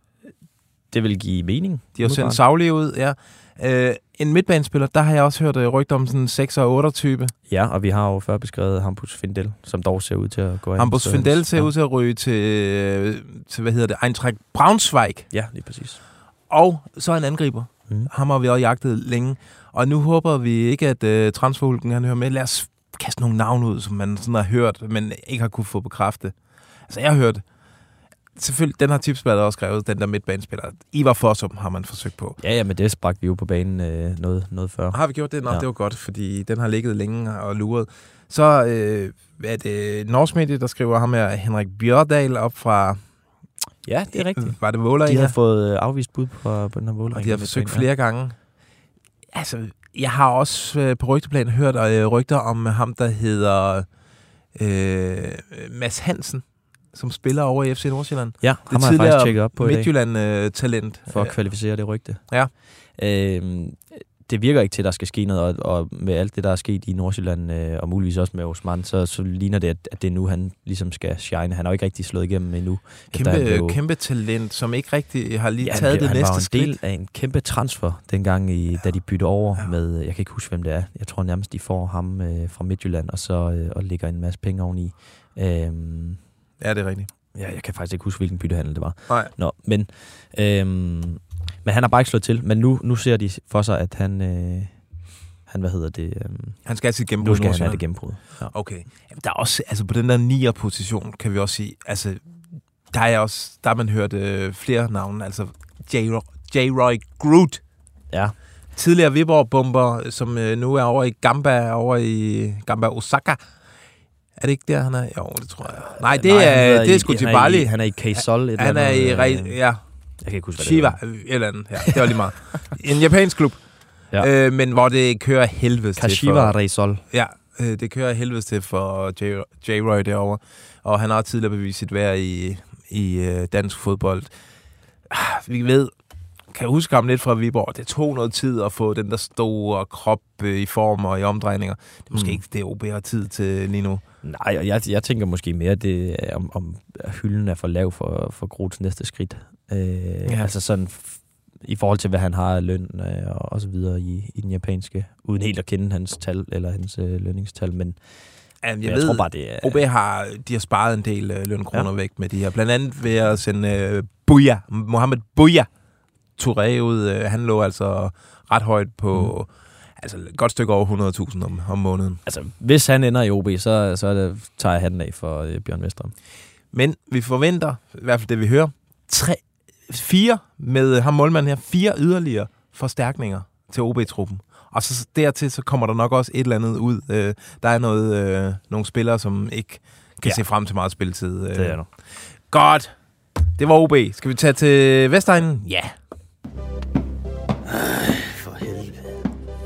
Det vil give mening. De har sendt Savlige ud, ja. Øh, en midtbanespiller, der har jeg også hørt rygter om sådan en seks og otte type. Ja, og vi har jo før beskrevet Hampus Findel, som dog ser ud til at gå ind. Hampus Findel ser ja. ud til at ryge til, til, hvad hedder det, Eintracht Braunschweig. Ja, lige præcis. Og så en angriber. Mm. Ham har vi også jagtet længe. Og nu håber vi ikke, at uh, transferhulken han hører med. Lad os kaste nogle navne ud, som man sådan har hørt, men ikke har kunne få bekræftet. Altså, jeg har hørt... Selvfølgelig, den har tipsbladet også skrevet, den der midtbanespiller. Ivar Fossum har man forsøgt på. Ja, ja, men det bragte vi jo på banen øh, noget, noget før. Har vi gjort det? Nå, ja. Det var godt, fordi den har ligget længe og luret. Så øh, er det norsk medie, der skriver ham her, Henrik Bjørdal op fra... Ja, det er rigtigt. Var det Vålerenga? De har fået afvist bud på, på den her Vålerenga. Og de har forsøgt flere gange. Altså, jeg har også øh, på rygteplan hørt øh, rygter om ham, der hedder øh, Mads Hansen, som spiller over i F C Nordsjælland. Ja, ham har jeg faktisk tjekket op på Midtjylland-talent. For at kvalificere det rygte. Ja. Øhm, det virker ikke til, at der skal ske noget, og, og med alt det, der er sket i Nordsjælland, øh, og muligvis også med Osman, så, så ligner det, at, at det er nu, han ligesom skal shine. Han har jo ikke rigtig slået igennem endnu. Kæmpe, blev, kæmpe talent, som ikke rigtig har lige ja, taget det han næste var en skridt. del af en kæmpe transfer, dengang, i, ja. da de bytter over ja. med, jeg kan ikke huske, hvem det er. Jeg tror nærmest, de får ham øh, fra Midtjylland, og så øh, og lægger en masse penge oveni. Øhm, ja, det er rigtigt. Ja, jeg kan faktisk ikke huske, hvilken byttehandel det var. Nej. Nå, men, øhm, men han har bare ikke slået til. Men nu, nu ser de for sig, at han... Øh, han, hvad hedder det? Øhm, han skal have sit gennembrud. Nu skal han have det gennembrud. Ja. Okay. Jamen, der er også, altså på den der nier-position, kan vi også sige, altså, der er også, der har man hørt øh, flere navne, altså J-Roy Groot. Ja. Tidligere Viborg-bomber, som øh, nu er over i Gamba, over i Gamba Osaka. Er det ikke der, han er? Jo, det tror jeg. Nej, det Nej, er, det er i, sgu til Bali. Han er i K-Sol. Han er i, re- ja. Jeg kan ikke huske, hvad Shiva, det et eller andet. Ja, det var lige meget. En japansk klub. Ja. Øh, men hvor det kører helvedes til for... Kashiwa Reysol. Ja, øh, det kører helvedes til for J-Roy derovre. Og han har tidligere bevist sit værd i, i øh, dansk fodbold. Ah, vi ved, kan jeg huske ham lidt fra Viborg, det tog noget tid at få den der store krop øh, i form og i omdrejninger. Det er måske mm. ikke det, O B har tid til lige nu. Nej, og jeg, jeg tænker måske mere, det, om, om hylden er for lav for, for Groths næste skridt. Øh, ja. Altså sådan... i forhold til, hvad han har af løn øh, og, og så videre i, i den japanske, uden helt at kende hans tal, eller hans øh, lønningstal, men Jamen, jeg, jeg ved, tror bare, det er... O B har, de har sparet en del øh, lønkroner ja. væk med de her. Blandt andet ved at sende øh, Buya, Mohamed Buya Touré ud. Øh, han lå altså ret højt på mm. altså et godt stykke over hundrede tusind om, om måneden. Altså, hvis han ender i O B, så, så det, tager jeg hatten af for øh, Bjørn Vestrøm. Men vi forventer, i hvert fald det vi hører, tre Fire med ham målmanden her, fire yderligere forstærkninger til O B-truppen. Og så dertil så kommer der nok også et eller andet ud. Øh, der er noget, øh, nogle spillere, som ikke kan ja. se frem til meget spilletid. Øh. Det er der. Godt. Det var O B. Skal vi tage til Vestegnen? Ja. Ej, for helvede.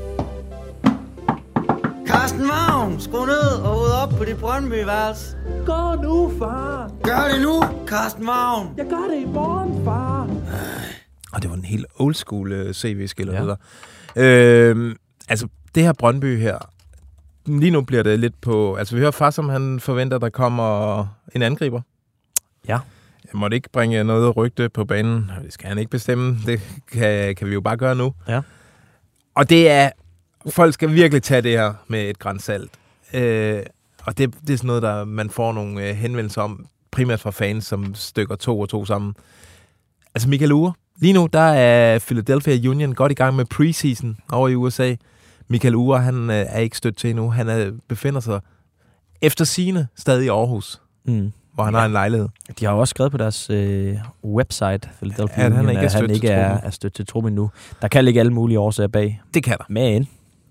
Carsten Vagn, skru ned og ud op på dit Brøndby-værelse. Gå nu, far. Gør det nu, Carsten Vagn. Jeg gør det i morgen, far. Og det var en helt old school uh, C V-skiller. Ja. Øh, altså, det her Brøndby her, lige nu bliver det lidt på... Altså, vi hører far, som han forventer, der kommer en angriber. Ja. Jeg måtte ikke bringe noget rygte på banen. Det skal han ikke bestemme. Det kan, kan vi jo bare gøre nu. Ja. Og det er... Folk skal virkelig tage det her med et gran salt. Øh, og det, det er sådan noget, der man får nogle øh, henvendelser om, primært fra fans, som stykker to og to sammen. Altså Michael Uhre. Lige nu, der er Philadelphia Union godt i gang med preseason over i U S A. Michael Uhre, han øh, er ikke stødt til endnu. Han er, befinder sig efter sigende stadig i Aarhus, mm. hvor han ja. har en lejlighed. De har jo også skrevet på deres øh, website, Philadelphia ja, Union, han ikke at han ikke er, er stødt til truppen nu. Der kan ligge alle mulige årsager bag. Det kan der. Men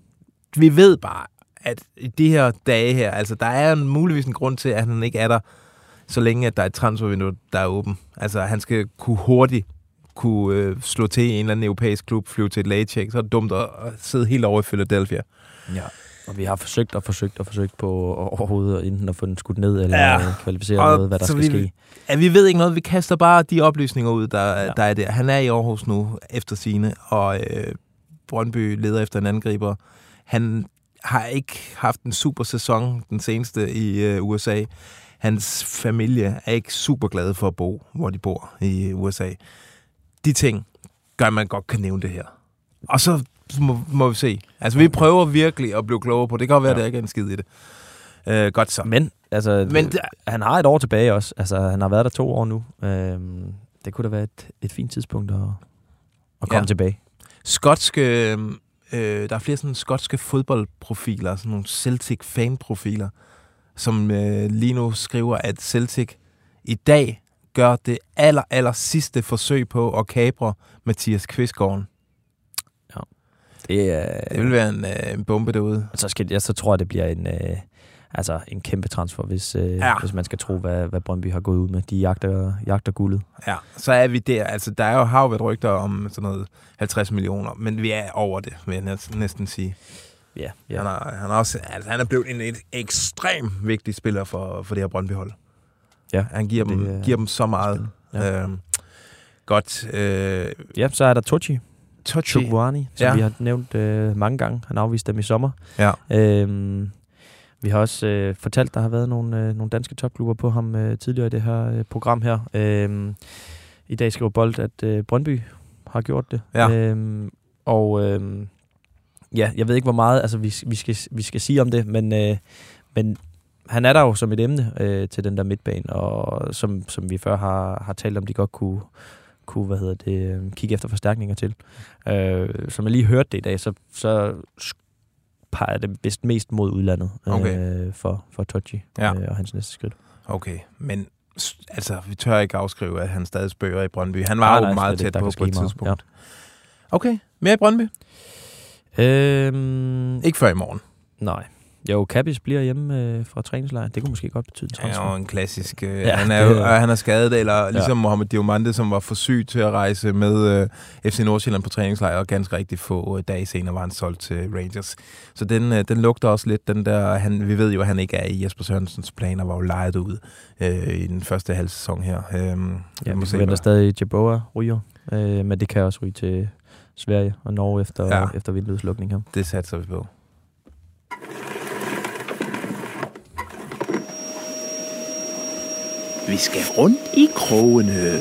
vi ved bare, at i de her dage her, altså der er muligvis en grund til, at han ikke er der, så længe at der er et transfervindue, der er åben. Altså han skal kunne hurtigt kunne øh, slå til i en eller anden europæisk klub, flyve til et lægecheck, så er det dumt at sidde helt over i Philadelphia. Ja, og vi har forsøgt og forsøgt og forsøgt på overhovedet enten at få den skudt ned, eller ja. kvalificere og noget, hvad der skal vi, ske. Ja, vi ved ikke noget, vi kaster bare de oplysninger ud, der, ja. der er der. Han er i Aarhus nu, efter sigende, og øh, Brøndby leder efter en angriber. Han har ikke haft en super sæson, den seneste i øh, U S A. Hans familie er ikke super glade for at bo, hvor de bor i U S A. De ting gør, man godt kan nævne det her. Og så må, må vi se. Altså, vi prøver virkelig at blive klogere på. Det kan godt være, ja. at der ikke er en skid i det. Øh, godt så. Men, altså, Men det, han har et år tilbage også. Altså, han har været der to år nu. Øhm, det kunne da være et, et fint tidspunkt at, at komme ja. tilbage. Skotske... Øh, der er flere sådan skotske fodboldprofiler, sådan nogle Celtic-fanprofiler, som øh, lige nu skriver, at Celtic i dag gør det aller, aller sidste forsøg på at kapre Mathias Kvistgaard. Ja. Det, er, det vil være en, øh, en bombe derude. Så, skal, ja, så tror jeg, det bliver en, øh, altså en kæmpe transfer, hvis, øh, ja. hvis man skal tro, hvad, hvad Brøndby har gået ud med. De jagter, jagter guldet. Ja, så er vi der. Altså, der er jo har jo været rygter om sådan noget halvtreds millioner, men vi er over det, vil jeg næsten sige. Ja, ja. Han, er, han, er også, altså, han er blevet en, en ekstremt vigtig spiller for, for det her Brøndby-hold. Ja, han giver, dem, giver dem så meget. Ja. Øhm, godt. Øh, ja, så er der Tucci. Chukwu, som ja. vi har nævnt øh, mange gange. Han afviste dem i sommer. Ja. Øhm, vi har også øh, fortalt, at der har været nogle, øh, nogle danske topklubber på ham øh, tidligere i det her øh, program her. Øhm, I dag skriver Bold, at øh, Brøndby har gjort det. Ja. Øhm, og øh, ja, jeg ved ikke, hvor meget altså, vi, vi, skal, vi skal sige om det, men, øh, men han er der jo som et emne øh, til den der midtbane, og som, som vi før har, har talt om, de godt kunne, kunne hvad hedder det, kigge efter forstærkninger til. Øh, som jeg lige hørte det i dag, så, så peger det vist mest mod udlandet okay. øh, for, for Totti ja. øh, og hans næste skridt. Okay, men altså, vi tør ikke afskrive, at han stadig spørger i Brøndby. Han var nej, jo nej, meget tæt på på et tidspunkt. Ja. Okay, mere i Brøndby? Øhm, ikke før i morgen. Nej. Jo, Kappis bliver hjemme øh, fra træningslejr. Det kunne måske godt betyde transfer. Ja, jo en klassisk. Øh, ja, han, er jo, han er skadet, eller ligesom ja. Mohamed Diomande, som var for syg til at rejse med øh, F C Nordsjælland på træningslejr, og ganske rigtig få øh, dage senere var han solgt til Rangers. Så den, øh, den lugter også lidt, den der, han, vi ved jo, at han ikke er i Jesper Sørensens planer, var jo lejet ud øh, i den første halv sæson her. Øh, ja, vi forventer stadig Jeboa ryger, øh, men det kan også ryge til Sverige og Norge efter, ja. efter vinduets lukning her. Det satser vi på. Vi skal rundt i krogene.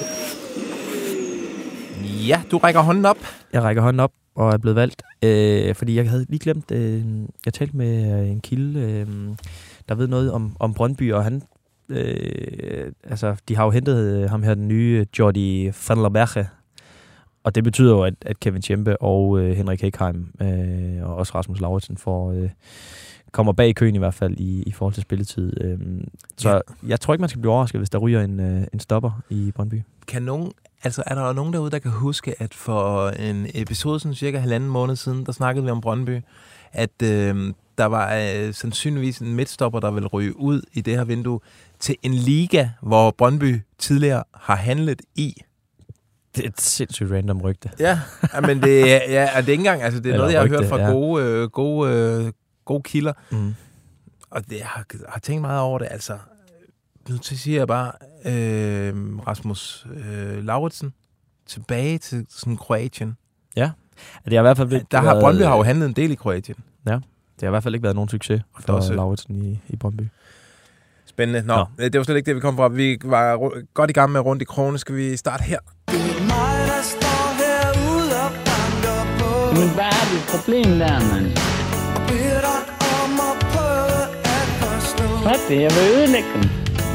Ja, du rækker hånden op. Jeg rækker hånden op og er blevet valgt, øh, fordi jeg havde lige glemt, øh, jeg talte med en kilde, øh, der ved noget om, om Brøndby, og han, øh, altså, de har jo hentet ham her, den nye Jordi van der Berge, og det betyder jo, at, at Kevin Tjempe og øh, Henrik Hekheim øh, og også Rasmus Lauritsen får... Øh, kommer bag i køen i hvert fald i, i forhold til spilletid. Øhm, så ja. Jeg tror ikke, man skal blive overrasket, hvis der ryger en, øh, en stopper i Brøndby. Kan nogen, altså er der nogen derude, der kan huske, at for en episode sådan cirka halvanden måned siden, der snakkede vi om Brøndby, at øh, der var øh, sandsynligvis en midtstopper, der vil ryge ud i det her vindue til en liga, hvor Brøndby tidligere har handlet i. Det er et sindssygt random rygte. Ja, men det, ja, det er ikke engang, altså det er Eller noget, jeg rygte, har hørt fra ja. gode, øh, gode øh, gode kilder. Mm. Og det, jeg har, har tænkt meget over det. Altså, nu siger jeg bare, øh, Rasmus øh, Lauritsen tilbage til sådan Kroatien. Ja. Det har i hvert fald ikke der har Brøndby har jo handlet en del i Kroatien. Ja. Det har i hvert fald ikke været nogen succes for også Lauritsen i, i Brøndby. Spændende. Nå, Nå, det var slet ikke det, vi kom fra. Vi var ru- godt i gang med rundt i krogene. Skal vi starte her? Det er mig, der står herude og banker på. Men hvad er dit problem der, mand? Hvad det? Jeg vil ødelægge dem.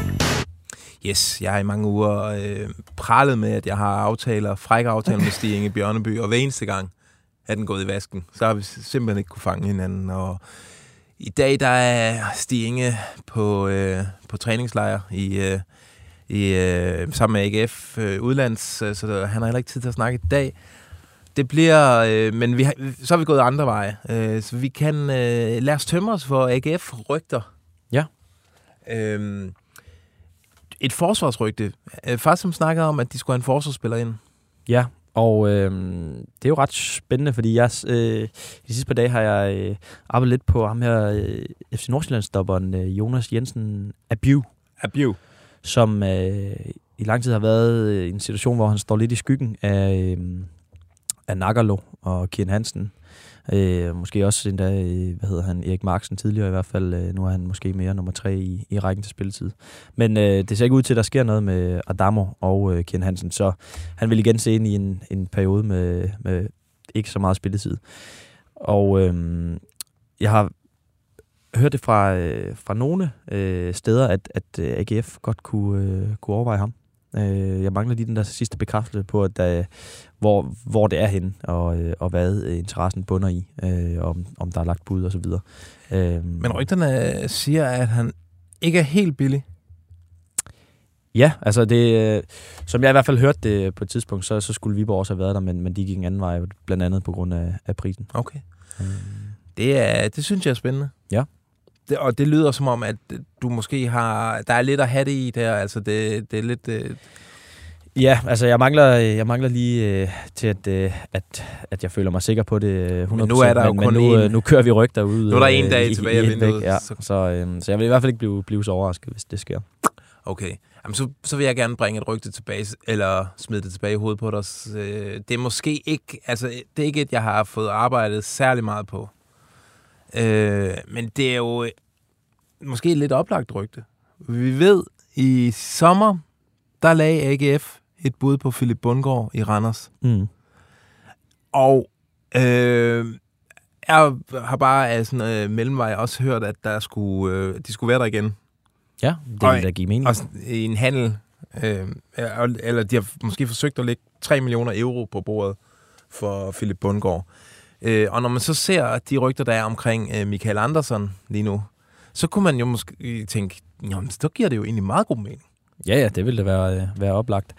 Yes, jeg har i mange uger øh, pralet med, at jeg har aftaler, frække aftaler med Stig Inge Bjørneby, og hver eneste gang er den gået i vasken. Så har vi simpelthen ikke kunne fange hinanden. Og i dag der er Stig Inge på, øh, på træningslejr i, øh, i, øh, sammen med A G F øh, udlands, så der, han har heller ikke tid til at snakke i dag. Det bliver, øh, men vi har, så har vi gået andre veje. Øh, så vi kan øh, lade os tømme os for A G F-rygter. Ja. Øhm, et forsvarsrygte. Øh, Far som snakkede om, at de skulle have en forsvarsspiller ind. Ja, og øh, det er jo ret spændende, fordi jeg øh, de sidste par dage har jeg øh, arbejdet lidt på ham her øh, F C Nordsjælland-stopperen øh, Jonas Jensen Abiu. Abiu. Som øh, i lang tid har været i en situation, hvor han står lidt i skyggen af... Øh, af Nagalo og Kian Hansen. Øh, måske også endda, hvad hedder han, Erik Marksen tidligere i hvert fald. Øh, nu er han måske mere nummer tre i, i rækken til spilletid. Men øh, det ser ikke ud til, at der sker noget med Adamo og øh, Kian Hansen, så han vil igen se ind i en, en periode med, med ikke så meget spilletid. Og øh, jeg har hørt det fra, øh, fra nogle øh, steder, at, at A G F godt kunne, øh, kunne overveje ham. Jeg mangler lige den der sidste bekræftelse på, at der, hvor, hvor det er henne, og, og hvad interessen bunder i, øh, om, om der er lagt bud og så videre. Øh, Men rygterne siger, at han ikke er helt billig. Ja, altså det, som jeg i hvert fald hørte det på et tidspunkt, så, så skulle Viborg også have været der, men, men de gik en anden vej, blandt andet på grund af, af prisen. Okay. Øh. Det, er, det synes jeg er spændende. Ja. Det, og det lyder som om, at du måske har... Der er lidt at have det i der, altså det, det er lidt... Øh... Ja, altså jeg mangler, jeg mangler lige øh, til, at, øh, at, at jeg føler mig sikker på det hundrede procent. Men nu er der jo men, kun men nu, en... nu kører vi rygter ud. Nu er der en dag i, tilbage af vinduet. Ja, så, øh, så jeg vil i hvert fald ikke blive, blive så overrasket, hvis det sker. Okay. Jamen, så, så vil jeg gerne bringe et rygte tilbage, eller smide det tilbage i hovedet på dig. Det er måske ikke, altså, det er ikke et, jeg har fået arbejdet særlig meget på. Øh, men det er jo måske et lidt oplagt rygte. Vi ved, i sommer, der lagde A G F et bud på Philip Bundgaard i Randers. Mm. Og øh, jeg har bare af sådan øh, mellemvej også hørt, at der skulle, øh, de skulle være der igen. Ja, det vil da give mening. Og i en handel, øh, eller de har måske forsøgt at lægge tre millioner euro på bordet for Philip Bundgaard. Øh, og når man så ser de rygter, der er omkring øh, Michael Andersson lige nu, så kunne man jo måske tænke, jamen, så giver det jo egentlig meget god mening. Ja, ja, det ville det være, være oplagt.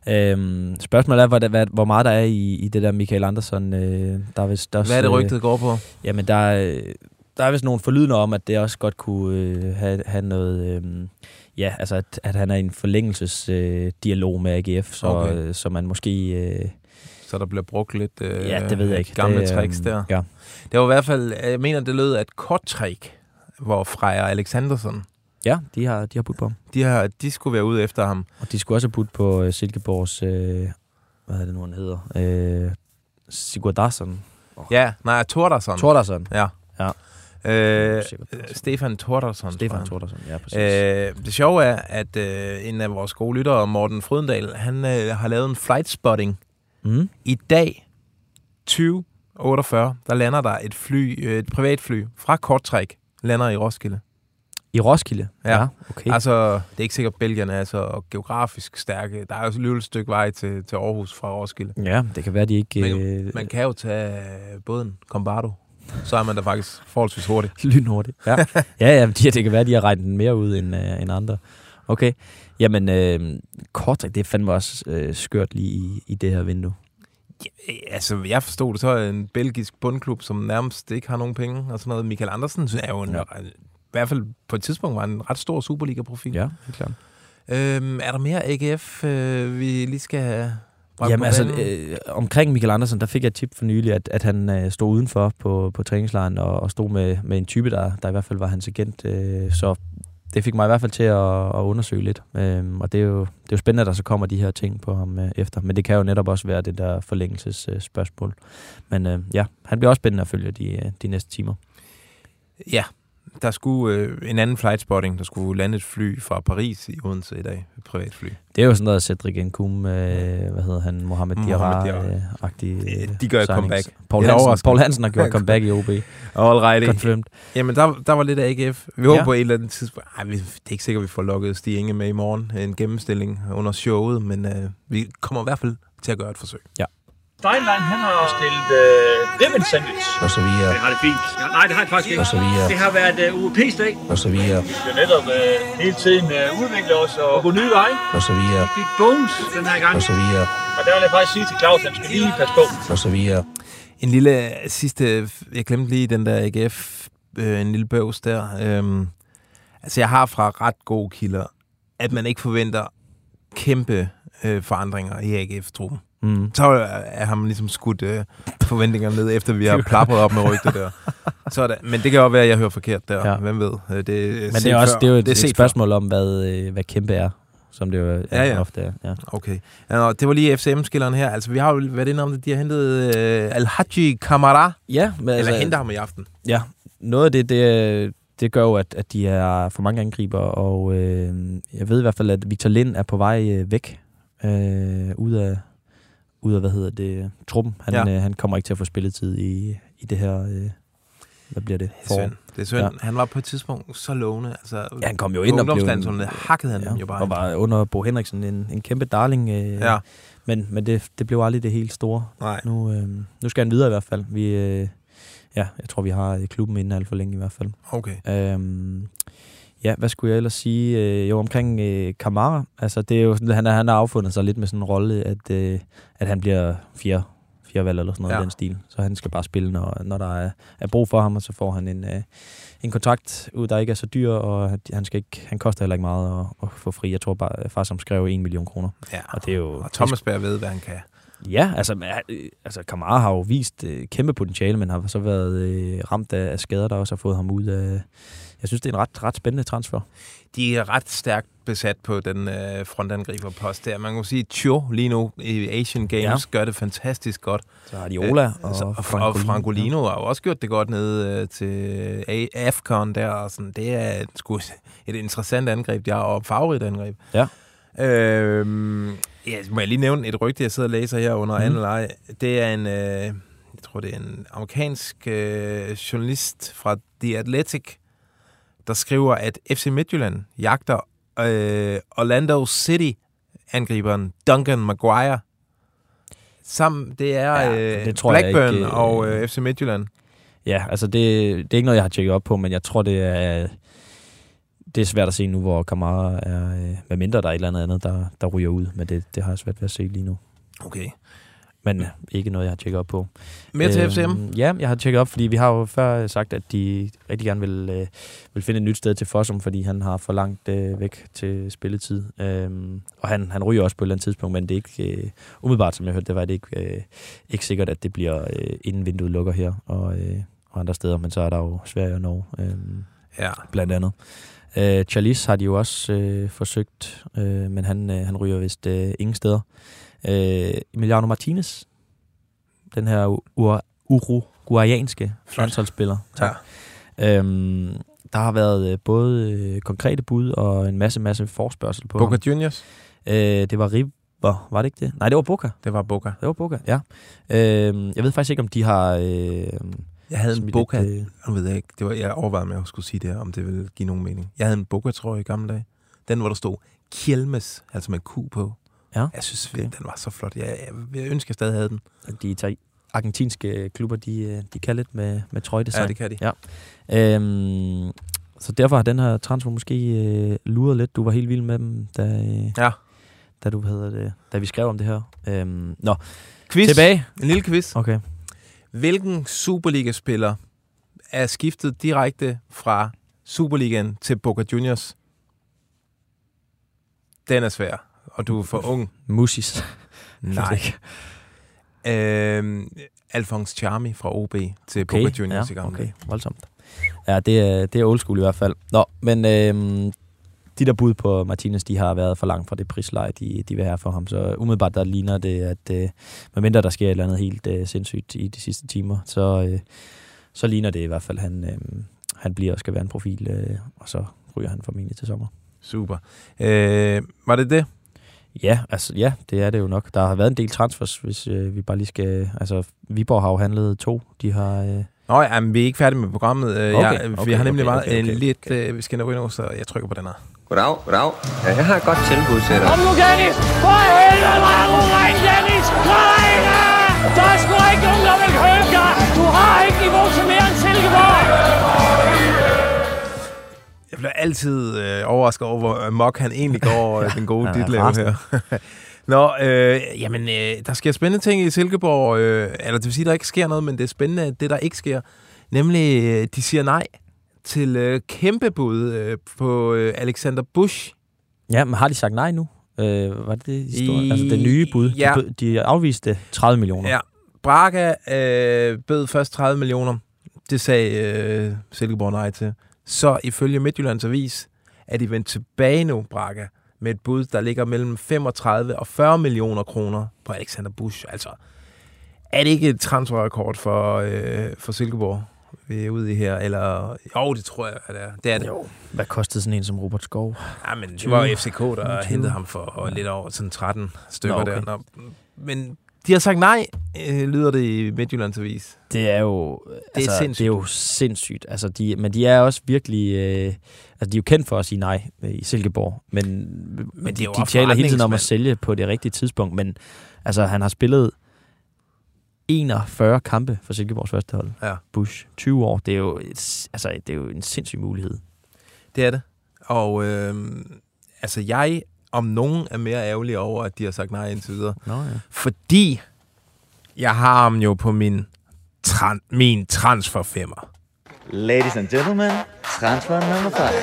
Øhm, spørgsmålet er, hvor, hvad, hvor meget der er i, i det der Michael Andersson. Øh, der er vist også, hvad er det rygtet øh, går på? Jamen, der er, der er vist nogle forlydende om, at det også godt kunne øh, have, have noget... Øh, ja, altså, at, at han er i en forlængelsesdialog øh, med A G F, så, okay. øh, så man måske... Øh, så der bliver brugt lidt øh, ja, det ved jeg ikke. gamle det, tricks der. Ja. Det var i hvert fald... Jeg mener, det lød at kort trick, hvor Freja Alexandersson... Ja, de har, de har budt på ham. De, har, de skulle være ude efter ham. Og de skulle også have budt på uh, Silkeborgs... Uh, hvad er det nu, han hedder? Uh, Sigurdarsson. Oh. Ja, nej, Tordarsson. Tordarsson. Ja. ja. Øh, Stefan Tordarsson. Stefan Tordarsson, ja, præcis. Øh, det sjove er, at øh, en af vores gode lyttere, Morten Frydendal, han øh, har lavet en flight spotting. Mm. I dag, tyve otteogfyrre, der lander der et fly, et privatfly fra Kortræk, lander i Roskilde. I Roskilde? Ja, ja, okay. Altså, det er ikke sikkert, at Belgien er så geografisk stærke. Der er jo et lille stykke vej til, til Aarhus fra Roskilde. Ja, det kan være, de ikke... Men, øh... man kan jo tage båden Combardo. Så er man der faktisk forholdsvis hurtigt. Lynhurtigt, ja. ja, ja, det kan være, de har regnet den mere ud end, øh, end andre. Okay. Jamen, øh, Kortræk, det fandme også øh, skørt lige i, i det her vindue. Ja, altså, jeg forstod det så er en belgisk bundklub, som nærmest ikke har nogen penge og sådan noget. Michael Andersen er jo en... Ja. I hvert fald på et tidspunkt var en ret stor Superliga-profil. Ja, helt klart. Øhm, er der mere A G F, øh, vi lige skal have? Jamen altså, øh, omkring Michael Andersen, der fik jeg et tip for nylig, at, at han øh, stod udenfor på, på træningslejren og, og stod med, med en type, der, der i hvert fald var hans agent. Øh, så det fik mig i hvert fald til at, at undersøge lidt. Øh, og det er, jo, det er jo spændende, at der så kommer de her ting på ham øh, efter. Men det kan jo netop også være det der forlængelsesspørgsmål. Men øh, ja, han bliver også spændende at følge de, de næste timer. Ja. Der skulle øh, en anden flight spotting, der skulle lande et fly fra Paris i Odense i dag, et privatfly. Det er jo sådan noget, Cedric Nkoum, øh, hvad hedder han, Mohamed Diarra-agtig øh, de gør et comeback. Paul Hansen, Paul Hansen har gjort comeback i O B. All right. Confirmed. Jamen, der, der var lidt A G F. Vi ja. håber på et eller andet tidspunkt. Ej, vi, det er ikke sikkert, at vi får lukket Stig Inge med i morgen. En gennemstilling under showet, men øh, vi kommer i hvert fald til at gøre et forsøg. Ja. Steinlein, han har stillet øh, ribbon sandwich. Og så videre. Det har det fint. Ja, nej, det har det faktisk ikke. Og så videre. Det har været øh, U E P-dag. Og så videre. Vi skal netop øh, hele tiden øh, udvikle os og gå nye veje. Og så videre. Vi fik bonus den her gang. Og så videre. Og der vil jeg faktisk sige til Claus, at han skal lige passe på. Og så videre. En lille sidste, jeg glemte lige den der A G F, øh, en lille bøvs der. Øhm, altså jeg har fra ret gode kilder, at man ikke forventer kæmpe øh, forandringer i A G F-truppen. Mm. Så er ham ligesom skudt øh, forventningerne ned, efter vi har plappet op med rygtet der. Så det, men det kan jo være, at jeg hører forkert der. Ja. Hvem ved? Det, men det er, også, det er jo et, det er et spørgsmål om, hvad, hvad kæmpe er, som det jo ja, ja. ofte er. Ja. Okay. Ja, det var lige F C M-skilleren her. Altså, vi har jo været inde om det. De har hentet øh, Al-Haji Kamara. Ja. Men Eller altså, henter ham i aften. Ja. Noget af det, det, det gør jo, at, at de er for mange angriber, og øh, jeg ved i hvert fald, at Victor Lind er på vej øh, væk øh, ud af ud af, hvad hedder det, truppen. Han, ja. øh, han kommer ikke til at få spilletid i, i det her, øh, hvad bliver det? Det er synd. Det er synd. Ja. Han var på et tidspunkt så lovende. Altså, ja, han kom jo ind og blev... En, hakkede han ja, jo bare. Og var under Bo Henriksen en, en kæmpe darling. Øh, ja. Men, men det, det blev aldrig det helt store. Nej. Nu, øh, nu skal han videre i hvert fald. Vi, øh, ja, jeg tror, vi har klubben inden alt for længe i hvert fald. Okay. Øhm, Ja, hvad skulle jeg ellers sige? Øh, jo, omkring øh, Kamara. Altså, det er jo, han, han har affundet sig lidt med sådan en rolle, at, øh, at han bliver fjerde, fjerde valg eller sådan noget ja. i den stil. Så han skal bare spille, når, når der er, er brug for ham, og så får han en, øh, en kontrakt ud, der ikke er så dyr, og han, skal ikke, han koster heller ikke meget at, at få fri. Jeg tror bare, faktisk, han skrev en million kroner. Ja, og det er jo... Og Thomas Berg ved, hvad han kan. Ja, altså, altså Kamara har jo vist øh, kæmpe potentiale, men har så været øh, ramt af, af skader, der også har fået ham ud af... Jeg synes, det er en ret, ret spændende transfer. De er ret stærkt besat på den øh, frontangriberpost der. Man kan sige, at Cho lige nu i Asian Games ja. gør det fantastisk godt. Så har de Ola og, øh, og Francolino. Og Francolino ja. har jo også gjort det godt nede øh, til AFCON der. Og sådan. Det er sgu et interessant angreb, de har, og favorit angreb. Ja. Øhm, ja, må jeg lige nævne et rygte, jeg sidder og læser her under mm. anden leje. Det er en, øh, jeg tror det er en amerikansk øh, journalist fra The Athletic, der skriver, at F C Midtjylland jagter øh, Orlando City-angriberen Duncan Maguire. Sammen, det er ja, øh, det tror Blackburn jeg ikke, øh, og øh, F C Midtjylland. Ja, altså det, det er ikke noget, jeg har tjekket op på, men jeg tror, det er, det er svært at se nu, hvor Kamara er, øh, med mindre der er et eller andet andet, der, der ryger ud, men det, det har jeg svært ved at se lige nu. Okay. Men ikke noget, jeg har tjekket op på. Mere til F C M? Ja, jeg har tjekket op, fordi vi har jo før sagt, at de rigtig gerne vil, øh, vil finde et nyt sted til Fossum, fordi han har for langt øh, væk til spilletid. Øhm, og han, han ryger også på et eller andet tidspunkt, men det er ikke øh, umiddelbart, som jeg hørte, det var det ikke, øh, ikke sikkert, at det bliver øh, inden vinduet lukker her og, øh, og andre steder, men så er der jo Sverige og Norge øh, ja. blandt andet. Øh, Charlize har de jo også øh, forsøgt, øh, men han, øh, han ryger vist øh, ingen steder. Øh, Emiliano Martinez, den her ur- uruguayanske landsholdsspiller. Ja. Øhm, der har været øh, både øh, konkrete bud og en masse, masse forspørgsel på Boca ham. Juniors? Øh, det var River, var det ikke det? Nej, det var Boca. Det var Boca. Det var Boca, ja. Øh, jeg ved faktisk ikke, om de har... Øh, jeg havde en Boca, lidt, øh, jeg ved ikke, det var, jeg overvejede med at skulle sige det her, om det ville give nogen mening. Jeg havde en Boca-trøje i gamle dage. Den, hvor der stod Quilmes, altså med Q på. Ja. Jeg synes, okay. den var så flot. Jeg, jeg, jeg ønsker, jeg stadig havde den. De tager argentinske klubber, de, de kan lidt med, med trøjedesign. Ja, det kan de. Ja. Øhm, så derfor har den her transfer måske øh, luret lidt. Du var helt vild med dem, da, øh, ja. da, du havde det, da vi skrev om det her. Øhm, nå, quiz. Tilbage. En lille quiz. Okay. Hvilken Superliga-spiller er skiftet direkte fra Superligaen til Boca Juniors? Den er svær. Og du er for ung. Musis. Nej. øhm, Alphonse Charmi fra O B til okay, Boca Juniors ja, i gang. Okay, voldsomt. Ja, det er, det er old school i hvert fald. Nå, men øhm, de der bud på Martinez, de har været for langt fra det prisleje, de, de vil have for ham. Så umiddelbart der ligner det, at øh, medmindre der sker et eller andet helt øh, sindssygt i de sidste timer, så, øh, så ligner det i hvert fald, at han, øh, han bliver og skal være en profil, øh, og så ryger han formentlig til sommer. Super. Øh, var det det? Ja, altså ja, det er det jo nok. Der har været en del transfers, hvis øh, vi bare lige skal... Altså, Viborg har jo handlet to. De har... Øh... Nå ja, men vi er ikke færdige med programmet. Okay, jeg, okay, vi har nemlig okay, meget okay, okay, okay, lidt... okay. Øh, vi skal nå endnu, så jeg trykker på den her. Goddag, goddag. Ja, jeg har et godt tilbud til dig. Kom nu, Dennis! For helvede, hvor er du ren, Dennis! Nej, der er sgu ikke nogen, der vil købe dig! Du har ikke niveau til mere end Silkeborg! Jeg bliver altid øh, overrasket over, hvor mok han egentlig går, ja, den gode Ditlev her. Nå, øh, jamen, øh, der sker spændende ting i Silkeborg. Øh, eller det vil sige, der ikke sker noget, men det er spændende, det der ikke sker. Nemlig, øh, de siger nej til øh, kæmpebud øh, på øh, Alexander Busch. Ja, men har de sagt nej nu? Øh, var det det historie? Altså det nye bud? Ja. De, de afviste tredive millioner. Ja, Braga øh, bød først tredive millioner. Det sagde øh, Silkeborg nej til. Så ifølge Midtjyllands Avis er de vendt tilbage nu, Braga, med et bud, der ligger mellem femogtredive og fyrre millioner kroner på Alexander Busch. Altså, er det ikke et transferrekord for, øh, for Silkeborg, vi er ude i her? Eller, jo, det tror jeg, at det er. Det er det. Jo. Hvad kostede sådan en som Robert Skov? Ja, men det var F C K, der hentede ham for ja. lidt over sådan tretten stykker. Nå, okay. der. Nå, men de har sagt nej, øh, lyder det i Midtjyllands Avis. Det er jo, det altså, er sindssygt. Det er jo sindssygt. Altså, de, men de er også virkelig... Øh, altså, de er jo kendt for at sige nej i Silkeborg. Men, men de, de taler hele tiden om at sælge på det rigtige tidspunkt. Men altså, han har spillet enogfyrre kampe for Silkeborgs første hold. Ja. Busch. tyve år. Det er jo, et, altså, det er jo en sindssyg mulighed. Det er det. Og øh, altså, jeg... om nogen er mere ærgerlig over, at de har sagt nej indtil videre. Nå, ja. Fordi jeg har ham jo på min, tran- min transferfemmer. Ladies and gentlemen, transfer number five.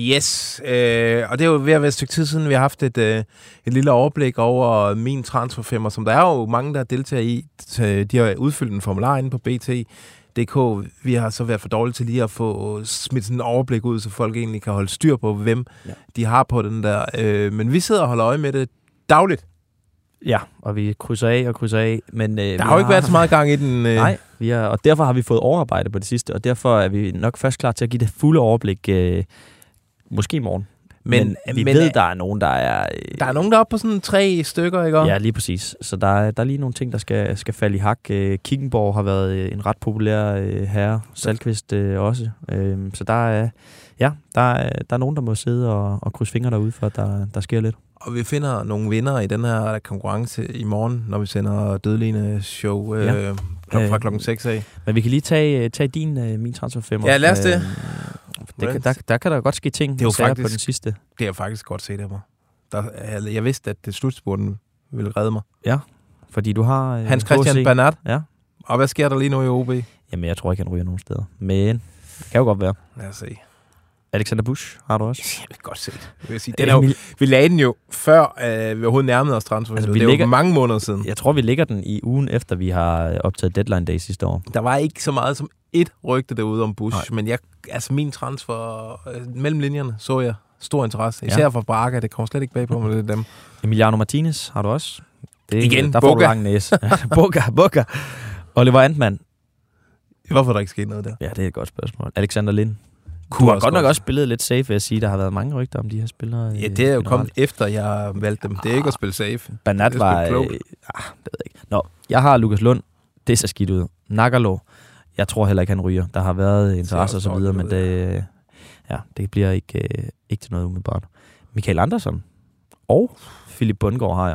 Yes, øh, og det er jo ved at være et stykke tid siden, vi har haft et, øh, et lille overblik over min transferfemmer, som der er jo mange, der deltager i. De har udfyldt en formular inde på B T punktum d k. Vi har så været for dårlige til lige at få smidt sådan en overblik ud, så folk egentlig kan holde styr på, hvem ja. de har på den der. Øh, men vi sidder og holder øje med det dagligt. Ja, og vi krydser af og krydser af. Men, øh, der har jo ikke har... været så meget gang i den. Øh... Nej, vi har, og derfor har vi fået overarbejde på det sidste, og derfor er vi nok først klar til at give det fulde overblik, øh, måske i morgen. Men, men vi men, ved, der er nogen, der er... Øh, der er nogen, der er oppe på sådan tre stykker, ikke? Ja, lige præcis. Så der er, der er lige nogle ting, der skal, skal falde i hak. Øh, Kickenborg har været en ret populær øh, herre. Salkvist øh, også. Øh, så der er, ja, der, er, der er nogen, der må sidde og, og krydse fingre derude, for at der, der sker lidt. Og vi finder nogle vinder i den her konkurrence i morgen, når vi sender Dødligende show øh, ja. fra klokken seks af. Men vi kan lige tage, tage din, øh, min transferfemmer. Ja, lad os det. Øh, det kan, der, der kan der godt ske ting, det er jo faktisk, på den sidste. Det er jo faktisk godt set af mig. Der, jeg, jeg vidste, at det slutspurten ville redde mig. Ja, fordi du har... Øh, Hans Christian Bernat. Ja. Og hvad sker der lige nu i O B? Jamen, jeg tror ikke, han ryger nogen steder. Men det kan jo godt være. Lad os se. Alexander Busch har du også. Jeg vil godt se det. Den er jo, vi lagde den jo før øh, vi overhovedet nærmede os transfer. Altså, det er ligger, jo mange måneder siden. Jeg tror, vi lægger den i ugen efter, vi har optaget Deadline Day sidste år. Der var ikke så meget som et rygte derude om Busch, Nej. men jeg, altså min transfer øh, mellem linjerne så jeg stor interesse. Især ja. for Braga, det kommer slet ikke bag på mig, det er dem. Emiliano Martinez har du også. Det, Igen, der Boca. får du lang næse. Boca, Boca. Oliver Antmann. Hvorfor er der ikke sket noget der? Ja, det er et godt spørgsmål. Alexander Lind. Du har godt nok også spillet lidt safe, vil jeg sige. Der har været mange rygter om de her spillere. Ja, det er jo kommet efter, jeg valgte dem. Det er ikke at spille safe. Bernat var... Øh, ah, det ved jeg ikke. Nå, jeg har Lukas Lund. Det ser skidt ud. Nagalo. Jeg tror heller ikke, han ryger. Der har været interesse og så videre, men det, ja, det bliver ikke, øh, ikke til noget umiddelbart. Michael Andersen og Philip Bundgaard har jeg.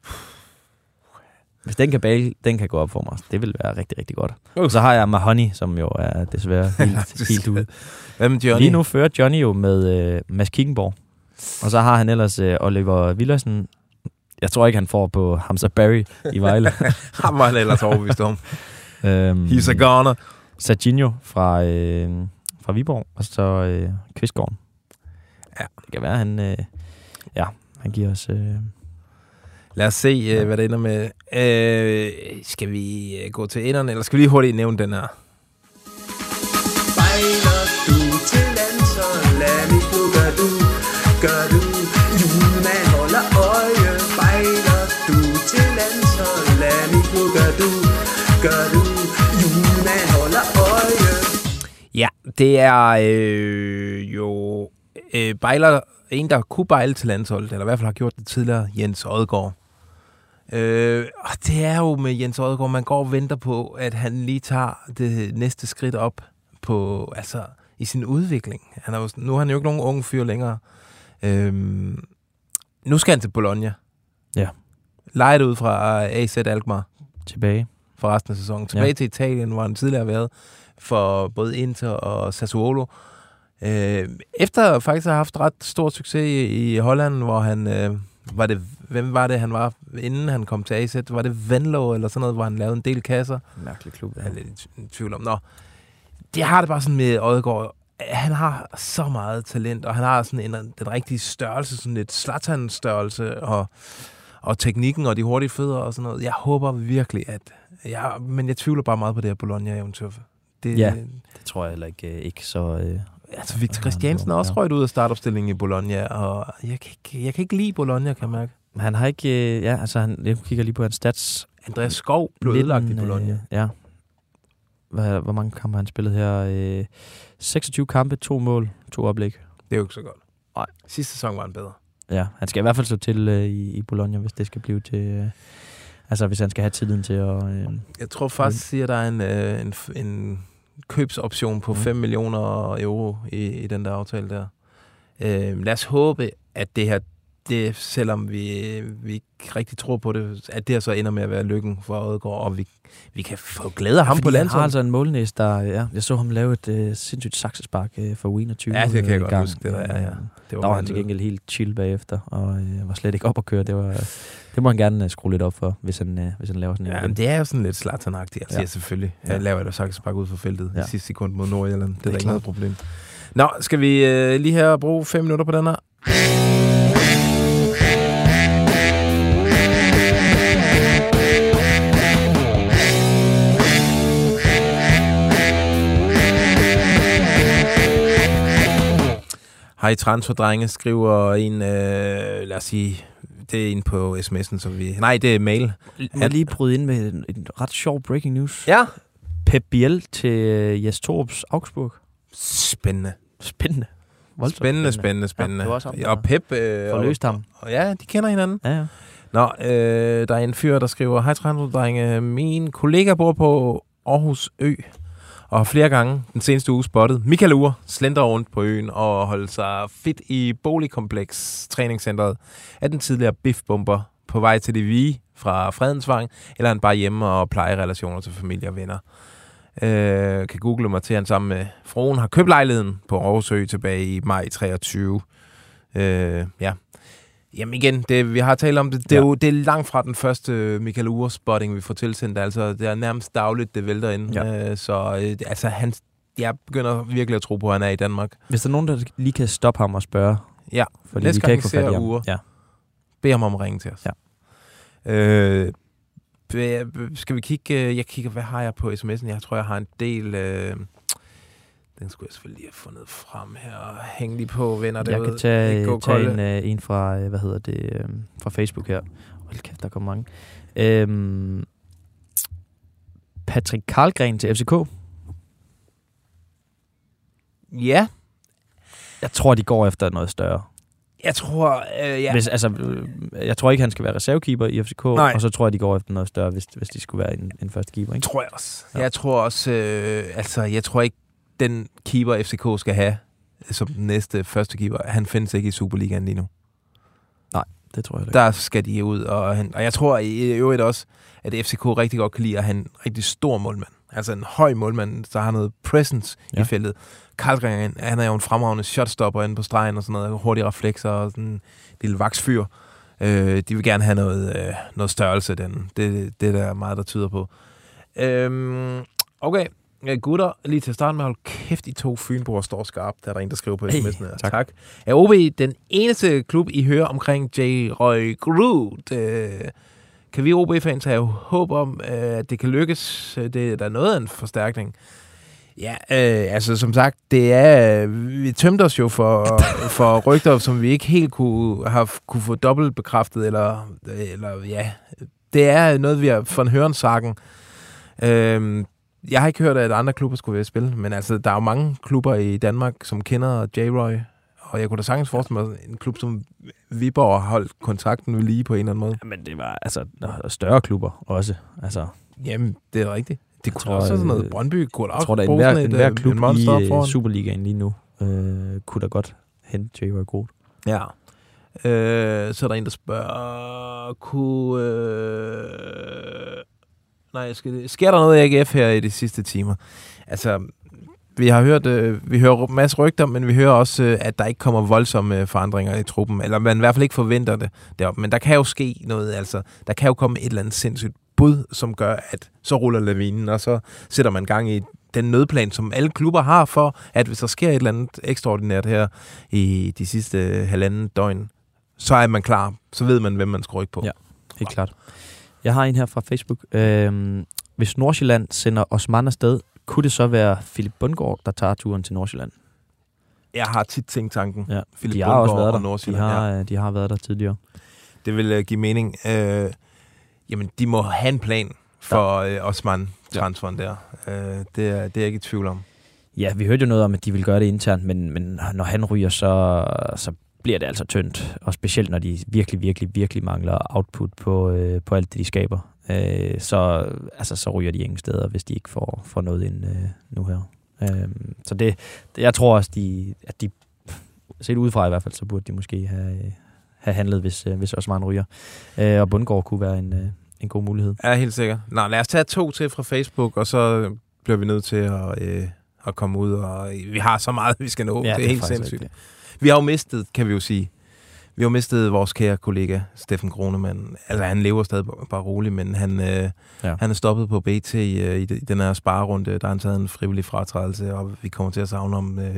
Hvis den kabale, den kan gå op for mig, det vil være rigtig, rigtig godt. Uh. Og så har jeg Mahoney, som jo er desværre helt, helt ude. Hvem er Johnny? Lige nu fører Johnny jo med øh, Mads Kickenborg. Og så har han ellers øh, Oliver Villersen. Jeg tror ikke, han får på Hamza Barry i Vejle. Ham var han ellers overbevist om. øhm, He's a goner. Serginho fra, øh, fra Viborg, og så øh, Kvistgården. Ja. Det kan være, han, øh, ja, han giver os... Øh, Lad os se, øh, hvad det ender med. Øh, skal vi gå til enderne, eller skal vi lige hurtigt nævne den her? Bejler du til landshold, lad mig gå, gør du, gør du. Julemand holder øje. Bejler du til landshold, lad mig gå, gør du, gør du. Julemand holder øje. Ja, det er øh, jo øh, bejler, en, der kunne bejle til landsholdet, eller i hvert fald har gjort det tidligere, Jens Odgaard. Øh, og det er jo med Jens Odgaard, man går og venter på, at han lige tager det næste skridt op på, altså, i sin udvikling. Han er jo, nu er han jo ikke nogen unge fyr længere. Øh, nu skal han til Bologna. Ja. Lejet ud fra A Z Alkmaar. Tilbage. For resten af sæsonen. Tilbage ja. til Italien, hvor han tidligere har været for både Inter og Sassuolo. Øh, efter faktisk har haft ret stor succes i, i Holland, hvor han... Øh, var det, hvem var det, han var, inden han kom til A Z? Var det Venlo eller sådan noget, hvor han lavede en del kasser? Mærkelig klub. Jeg er lidt i tvivl om. Nå, det har det bare sådan med Odgaard. Han har så meget talent, og han har sådan en, den rigtige størrelse, sådan lidt Zlatan-størrelse, og, og teknikken og de hurtige fødder og sådan noget. Jeg håber virkelig, at... Jeg, men jeg tvivler bare meget på det her Bologna-eventyr. Det, ja, det tror jeg heller ikke, ikke så... Øh Altså, Victor Christiansen er også røget ud af startopstillingen i Bologna, og jeg kan ikke, jeg kan ikke lide Bologna, kan jeg mærke. Han har ikke... Ja, altså, han, jeg kigger lige på hans stats. Andreas Skov blev ødelagt i Bologna. Øh, ja. Hvor, hvor mange kampe har han spillet her? Øh, seksogtyve kampe, to mål, to oplæg. Det er jo ikke så godt. Nej. Sidste sæson var han bedre. Ja, han skal i hvert fald stå til øh, i, i Bologna, hvis det skal blive til... Øh, altså, hvis han skal have tilliden til at... Øh, jeg tror faktisk, at der er en... Øh, en, en købsoption på fem millioner euro i, i den der aftale der. Øh, lad os håbe, at det her, det, selvom vi, vi ikke rigtig tror på det, at det her så ender med at være lykken for Odgaard, og vi, vi kan få glæde af ham ja, på landsholdet. Han har altså en målnæs, der... Ja, jeg så ham lave et uh, sindssygt saksespark uh, for U enogtyve. Ja, det kan jeg godt gang. huske. Det der, ja, ja. Det var der var han til gengæld helt chill bagefter, og uh, var slet ikke op at køre. Det, var, uh, det må han gerne uh, skrue lidt op for, hvis han, uh, hvis han laver sådan en... Ja, men det er jo sådan lidt Zlatan-agtigt. Altså, ja. ja, selvfølgelig. Jeg ja. laver da saksespark ud for feltet ja. i sidste sekund mod Nordjylland. Det er, det er da ikke noget problem. Nå, skal vi øh, lige her bruge fem minutter på den her? Hej transferdrenge, skriver en, øh, lad os sige, det er en på sms'en, som vi... Nej, det er mail. Må jeg lige bryde ind med en, en ret sjov breaking news? Ja. Pep Biel til øh, Jes Torups Augsburg. Spændende. Spændende. Voldsomt spændende, spændende, spændende. Ja, det var også ham, og Pep... Øh, forløst ham. Og, og ja, de kender hinanden. Ja, ja. Nå, øh, der er en fyr, der skriver, hej transferdrenge, min kollega bor på Aarhus Ø, og har flere gange den seneste uge spottet Michael Ure slendrer rundt på øen og holder sig fit i boligkompleks træningscentret af den tidligere biffbomber på vej til det vige fra Fredensvang, eller han bare hjemme og plejer relationer til familie og venner. Øh, kan google mig til, han sammen med fruen har købt lejligheden på Aarhus Ø tilbage i maj treogtyve. Øh, ja. Jamen igen, det, vi har talt om det. Det er ja. jo det er langt fra den første Michael Ure-spotting, vi får tilsendt. Altså, det er nærmest dagligt, det vælter ind. Ja. Øh, så øh, altså, han, jeg begynder virkelig at tro på, at han er i Danmark. Hvis der er nogen, der lige kan stoppe ham og spørge. Ja, fordi næste vi kan gang ikke få fat i ham. Ure, ja. bed ham om at ringe til os. Ja. Øh, skal vi kigge? Jeg kigger, hvad har jeg på sms'en? Jeg tror, jeg har en del... Øh, den skulle jeg selvfølgelig lige have fundet frem her og hænge lige på, venner. Jeg kan tage, tage en, øh, en fra, hvad hedder det, øh, fra Facebook her. Hold kæft, der kommer mange. Øhm, Patrick Karlgren til F C K. Ja. Jeg tror, de går efter noget større. Jeg tror, øh, ja. Hvis, altså, øh, jeg tror ikke, han skal være reservekeeper i F C K, Nej. og så tror jeg, de går efter noget større, hvis, hvis de skulle være en, en første keeper. Ikke? Tror jeg også. Ja. Jeg tror også, øh, altså, jeg tror ikke, den keeper F C K skal have som den næste første keeper, han findes ikke i Superligaen lige nu. Nej, det tror jeg ikke. Der skal de ud, og, han, og jeg tror i øvrigt også, at F C K rigtig godt kan lide at have en rigtig stor målmand. Altså en høj målmand, der har noget presence ja. i feltet. Karlgren, han er jo en fremragende shotstopper inde på stregen og sådan noget, hurtige reflekser og sådan en lille vaksfyr. Øh, de vil gerne have noget, øh, noget størrelse, den. Det, det der er meget, der tyder på. Øhm, okay. Ja, gutter, lige til at starte med, hold kæft, I to Fynboer står skarpt. Der er der en, der skriver på sms'en. Hey, tak. tak. Er O B den eneste klub, I hører omkring J. Roy Groot? Øh, kan vi O B-fans have håb om, at det kan lykkes? Det er der noget af en forstærkning. Ja, øh, altså som sagt, det er, vi tømte os jo for, for rygter, som vi ikke helt kunne, have, kunne få dobbelt bekræftet, eller, eller ja, det er noget, vi har von Hørensagen. Øh, Jeg har ikke hørt, at andre klubber skulle være i spil, men altså, der er jo mange klubber i Danmark, som kender J-Roy, og jeg kunne da sagtens forestille mig, en klub som Viborg har holdt kontakten ved lige på en eller anden måde. Ja, men det var altså større klubber også. Altså. Jamen, det er rigtigt. Det kunne tror, også sådan noget Brøndby. Kunne jeg tror, der er en hver, en hver klub en i uh, Superligaen lige nu, øh, kunne da godt hente J-Roy Groot. Ja. Øh, så er der en, der spørger, kunne... Øh Nej, skal, sker der noget i A G F her i de sidste timer? Altså, vi har hørt, øh, vi hører en masse rygter, men vi hører også, øh, at der ikke kommer voldsomme forandringer i truppen, eller man i hvert fald ikke forventer det deroppe. Men der kan jo ske noget, altså. Der kan jo komme et eller andet sindssygt bud, som gør, at så ruller lavinen, og så sætter man gang i den nødplan, som alle klubber har for, at hvis der sker et eller andet ekstraordinært her i de sidste halvanden døgn, så er man klar. Så ved man, hvem man skal rykke på. Ja, helt klart. Jeg har en her fra Facebook. Øhm, hvis Nordsjælland sender Osman afsted, kunne det så være Philip Bundgaard, der tager turen til Nordsjælland? Jeg har tit tænkt tanken. Ja, Philip de har Bundgaard også været der. Og Nordsjælland. De har, ja. de har været der tidligere. Det vil uh, give mening. Uh, jamen, de må have en plan for uh, Osman-transferen der. Uh, det, er, det er jeg ikke i tvivl om. Ja, vi hørte jo noget om, at de vil gøre det internt, men, men når han ryger, så... så bliver det altså tyndt, og specielt når de virkelig, virkelig, virkelig mangler output på, øh, på alt det, de skaber. Øh, så, altså, så ryger de ingen steder, hvis de ikke får, får noget ind øh, nu her. Øh, så det, det, jeg tror også, de, at de, set udefra i hvert fald, så burde de måske have, have handlet, hvis, øh, hvis Osman ryger. Øh, og Bundgaard kunne være en, øh, en god mulighed. Ja, helt sikkert. Nå, lad os tage to til fra Facebook, og så bliver vi nødt til at, øh, at komme ud, og vi har så meget, vi skal nå. Ja, det er det helt sindssygt. Rigtigt. Vi har jo mistet, kan vi jo sige, vi har mistet vores kære kollega, Steffen Gronemann. Altså, han lever stadig bare roligt, men han, øh, ja. han er stoppet på B T øh, i, i den her sparerunde. Der har han taget en frivillig fratrædelse, og vi kommer til at savne ham øh,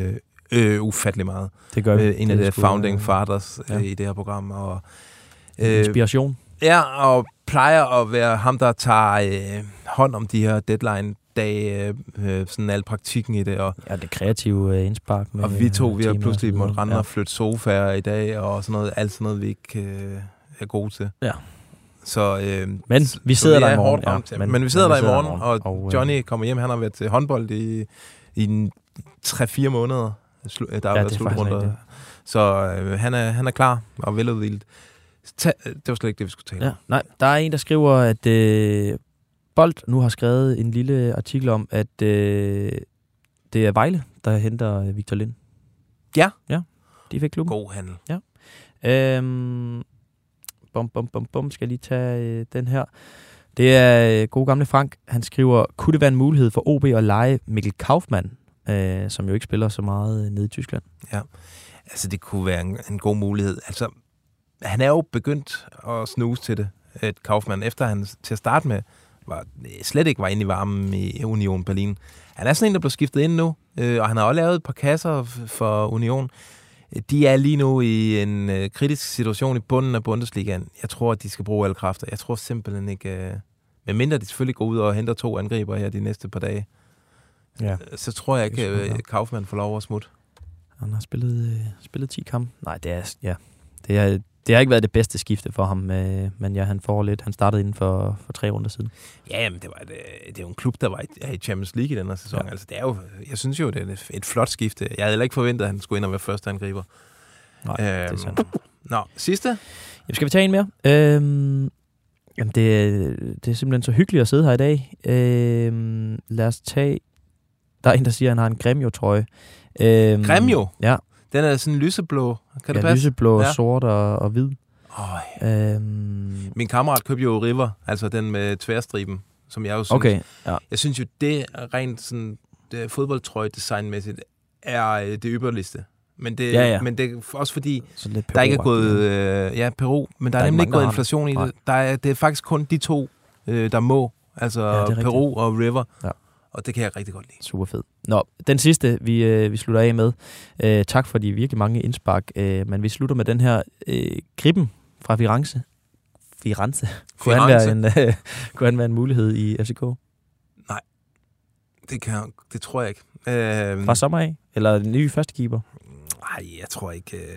øh, ufattelig meget. Det gør vi. Øh, en det af de sgu, founding øh, fathers ja. øh, i det her program. Og, øh, Inspiration. Ja, og plejer at være ham, der tager øh, hånd om de her deadline-dage, øh, sådan al praktikken i det. Og, ja, det kreative øh, indspark. Med, og vi to, vi har og pludselig måttet rende ja. og flytte sofaer i dag, og sådan noget, alt sådan noget, vi ikke øh, er gode til. Ja. Så, øh, men vi sidder så vi der i morgen. Ja, men, men vi sidder men der vi i morgen, morgen, og, og Johnny kommer hjem. Han har været til håndbold i, i tre-fire måneder. Der har ja, været slutrunder. Så øh, han, er, han er klar og veludvildt. Ta- det var slet ikke det, vi skulle tale om. Ja, nej, der er en, der skriver, at øh, Bold nu har skrevet en lille artikel om, at øh, det er Vejle, der henter Victor Lind. Ja. Ja, de fik klubben. God handel. Ja. Øhm, bum, bum, bum, bum. Skal jeg lige tage øh, den her. Det er øh, god gamle Frank. Han skriver, kunne det være en mulighed for O B at lege Mikkel Kaufmann, øh, som jo ikke spiller så meget øh, nede i Tyskland? Ja, altså det kunne være en, en god mulighed. Altså, han er jo begyndt at snuse til det, et Kaufmann, efter han til at starte med var, slet ikke var inde i varmen i Union Berlin. Han er sådan en, der blev skiftet ind nu, øh, og han har også lavet et par kasser for Union. De er lige nu i en øh, kritisk situation i bunden af Bundesligaen. Jeg tror, at de skal bruge alle kræfter. Jeg tror simpelthen ikke... Øh, medmindre de selvfølgelig går ud og henter to angriber her de næste par dage, ja. så tror jeg ikke, at øh, Kaufmann får lov at smutte. Han har spillet, øh, spillet ti kampe. Nej, det er... Ja, det er... Det har ikke været det bedste skifte for ham, øh, men ja, han får lidt. Han startede inden for, for tre runder siden. Ja, men det, var et, det er jo en klub, der var i, i Champions League i den her sæson. Ja. Altså, det er jo, jeg synes jo, det er et, et flot skifte. Jeg havde heller ikke forventet, at han skulle ind og være første angriber. Nej, øhm, det er sandt. Nå, sidste? Jamen, skal vi tage en mere? Øhm, jamen, det, det er simpelthen så hyggeligt at sidde her i dag. Øhm, lad os tage... Der er en, der siger, at han har en Gremio-trøje. Øhm, Gremio? Ja. Den er sådan lyseblå. Kan det ja, passe? lyseblå, ja. Sort og, og hvid. Oh, øhm, Min kammerat købte jo River, altså den med tværstriben, som jeg jo synes... Okay, ja. Jeg synes jo, det er rent sådan... Det fodboldtrøje designmæssigt er øh, det ypperligste. Men det, ja, ja. men det er også fordi, der der ikke er gået... Øh, ja, Peru, men der, der er nemlig ikke gået inflation i det. Der er, det er faktisk kun de to, øh, der må. Altså ja, Peru rigtigt. Og River. Ja. Og det kan jeg rigtig godt lide. Super fed. Nå, den sidste, vi, øh, vi slutter af med. Øh, tak for de virkelig mange indspark. Øh, men vi slutter med den her øh, Gribben fra Firenze. Firenze. Kunne han være en, øh, kunne han være en mulighed i F C K? Nej, det, kan, det tror jeg ikke. Øh, fra sommer af? Eller en ny førstekeeper? Nej, jeg tror ikke... Øh...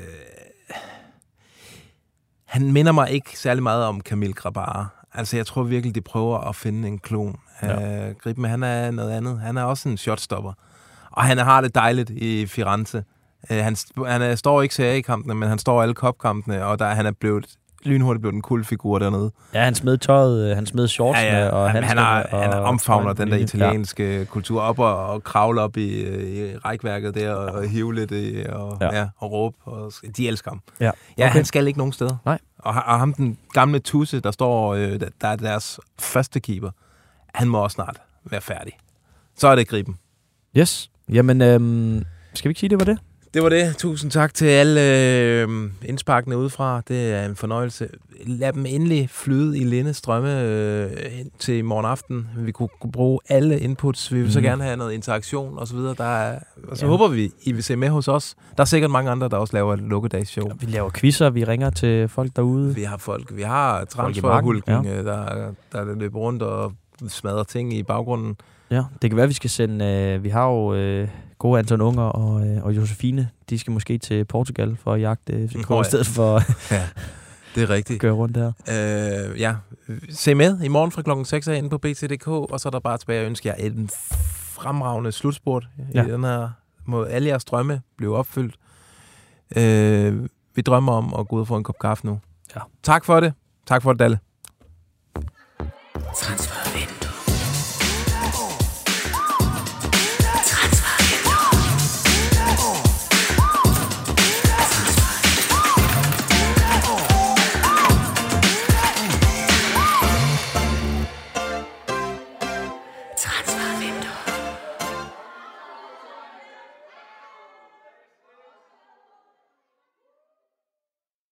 Han minder mig ikke særlig meget om Kamil Grabara. Altså, jeg tror virkelig, de prøver at finde en klon. Ja. Uh, Gribben, han er noget andet. Han er også en shotstopper. Og han har det dejligt i Firenze. Uh, han, han er, står ikke Serie A-kampene, men han står alle cup-kampene, og der, han er blevet lynhurtigt blevet en cool figur dernede. Ja, han smed tøjet, han smed shortsene. Ja, ja. Og han, han, er, og, han omfavner og, den der italienske ja. kultur op og, og kravle op i, i rækværket der og, og hive lidt i, og, ja. Ja, og råbe. Og, de elsker ham. Ja, ja okay. Han skal ikke nogen steder. Nej. Og, og ham, den gamle Tusse, der står, øh, der er deres første keeper, han må også snart være færdig. Så er det Gribben. Yes. Jamen, øhm, skal vi ikke sige, det var det? Det var det. Tusind tak til alle øh, indsparkene udefra. Det er en fornøjelse. Lad dem endelig flyde i linde strømme øh, til i morgen aften. Vi kunne, kunne bruge alle inputs. Vi vil mm. så gerne have noget interaktion og så videre. Der er, og så ja. håber vi, I vil se med hos os. Der er sikkert mange andre, der også laver et lukkedagsshow. Ja, vi laver quizzer, vi ringer til folk derude. Vi har folk. Vi har transferhulken, ja. der, der løber rundt og smadrer ting i baggrunden. Ja, det kan være, vi skal sende... Øh, vi har jo øh, gode Anton Unger og, øh, og Josefine. De skal måske til Portugal for at jagte F C K i stedet for... ja, det er rigtigt. Køre rundt der. Øh, ja, se med i morgen fra klokken seks inde på B T punktum d k, og så er der bare tilbage at ønske jer en fremragende slutspurt ja. i den her måde. Alle jeres drømme blev opfyldt. Øh, vi drømmer om at gå ud og få en kop kaffe nu. Ja. Tak for det. Tak for det, Dalle. Transfer.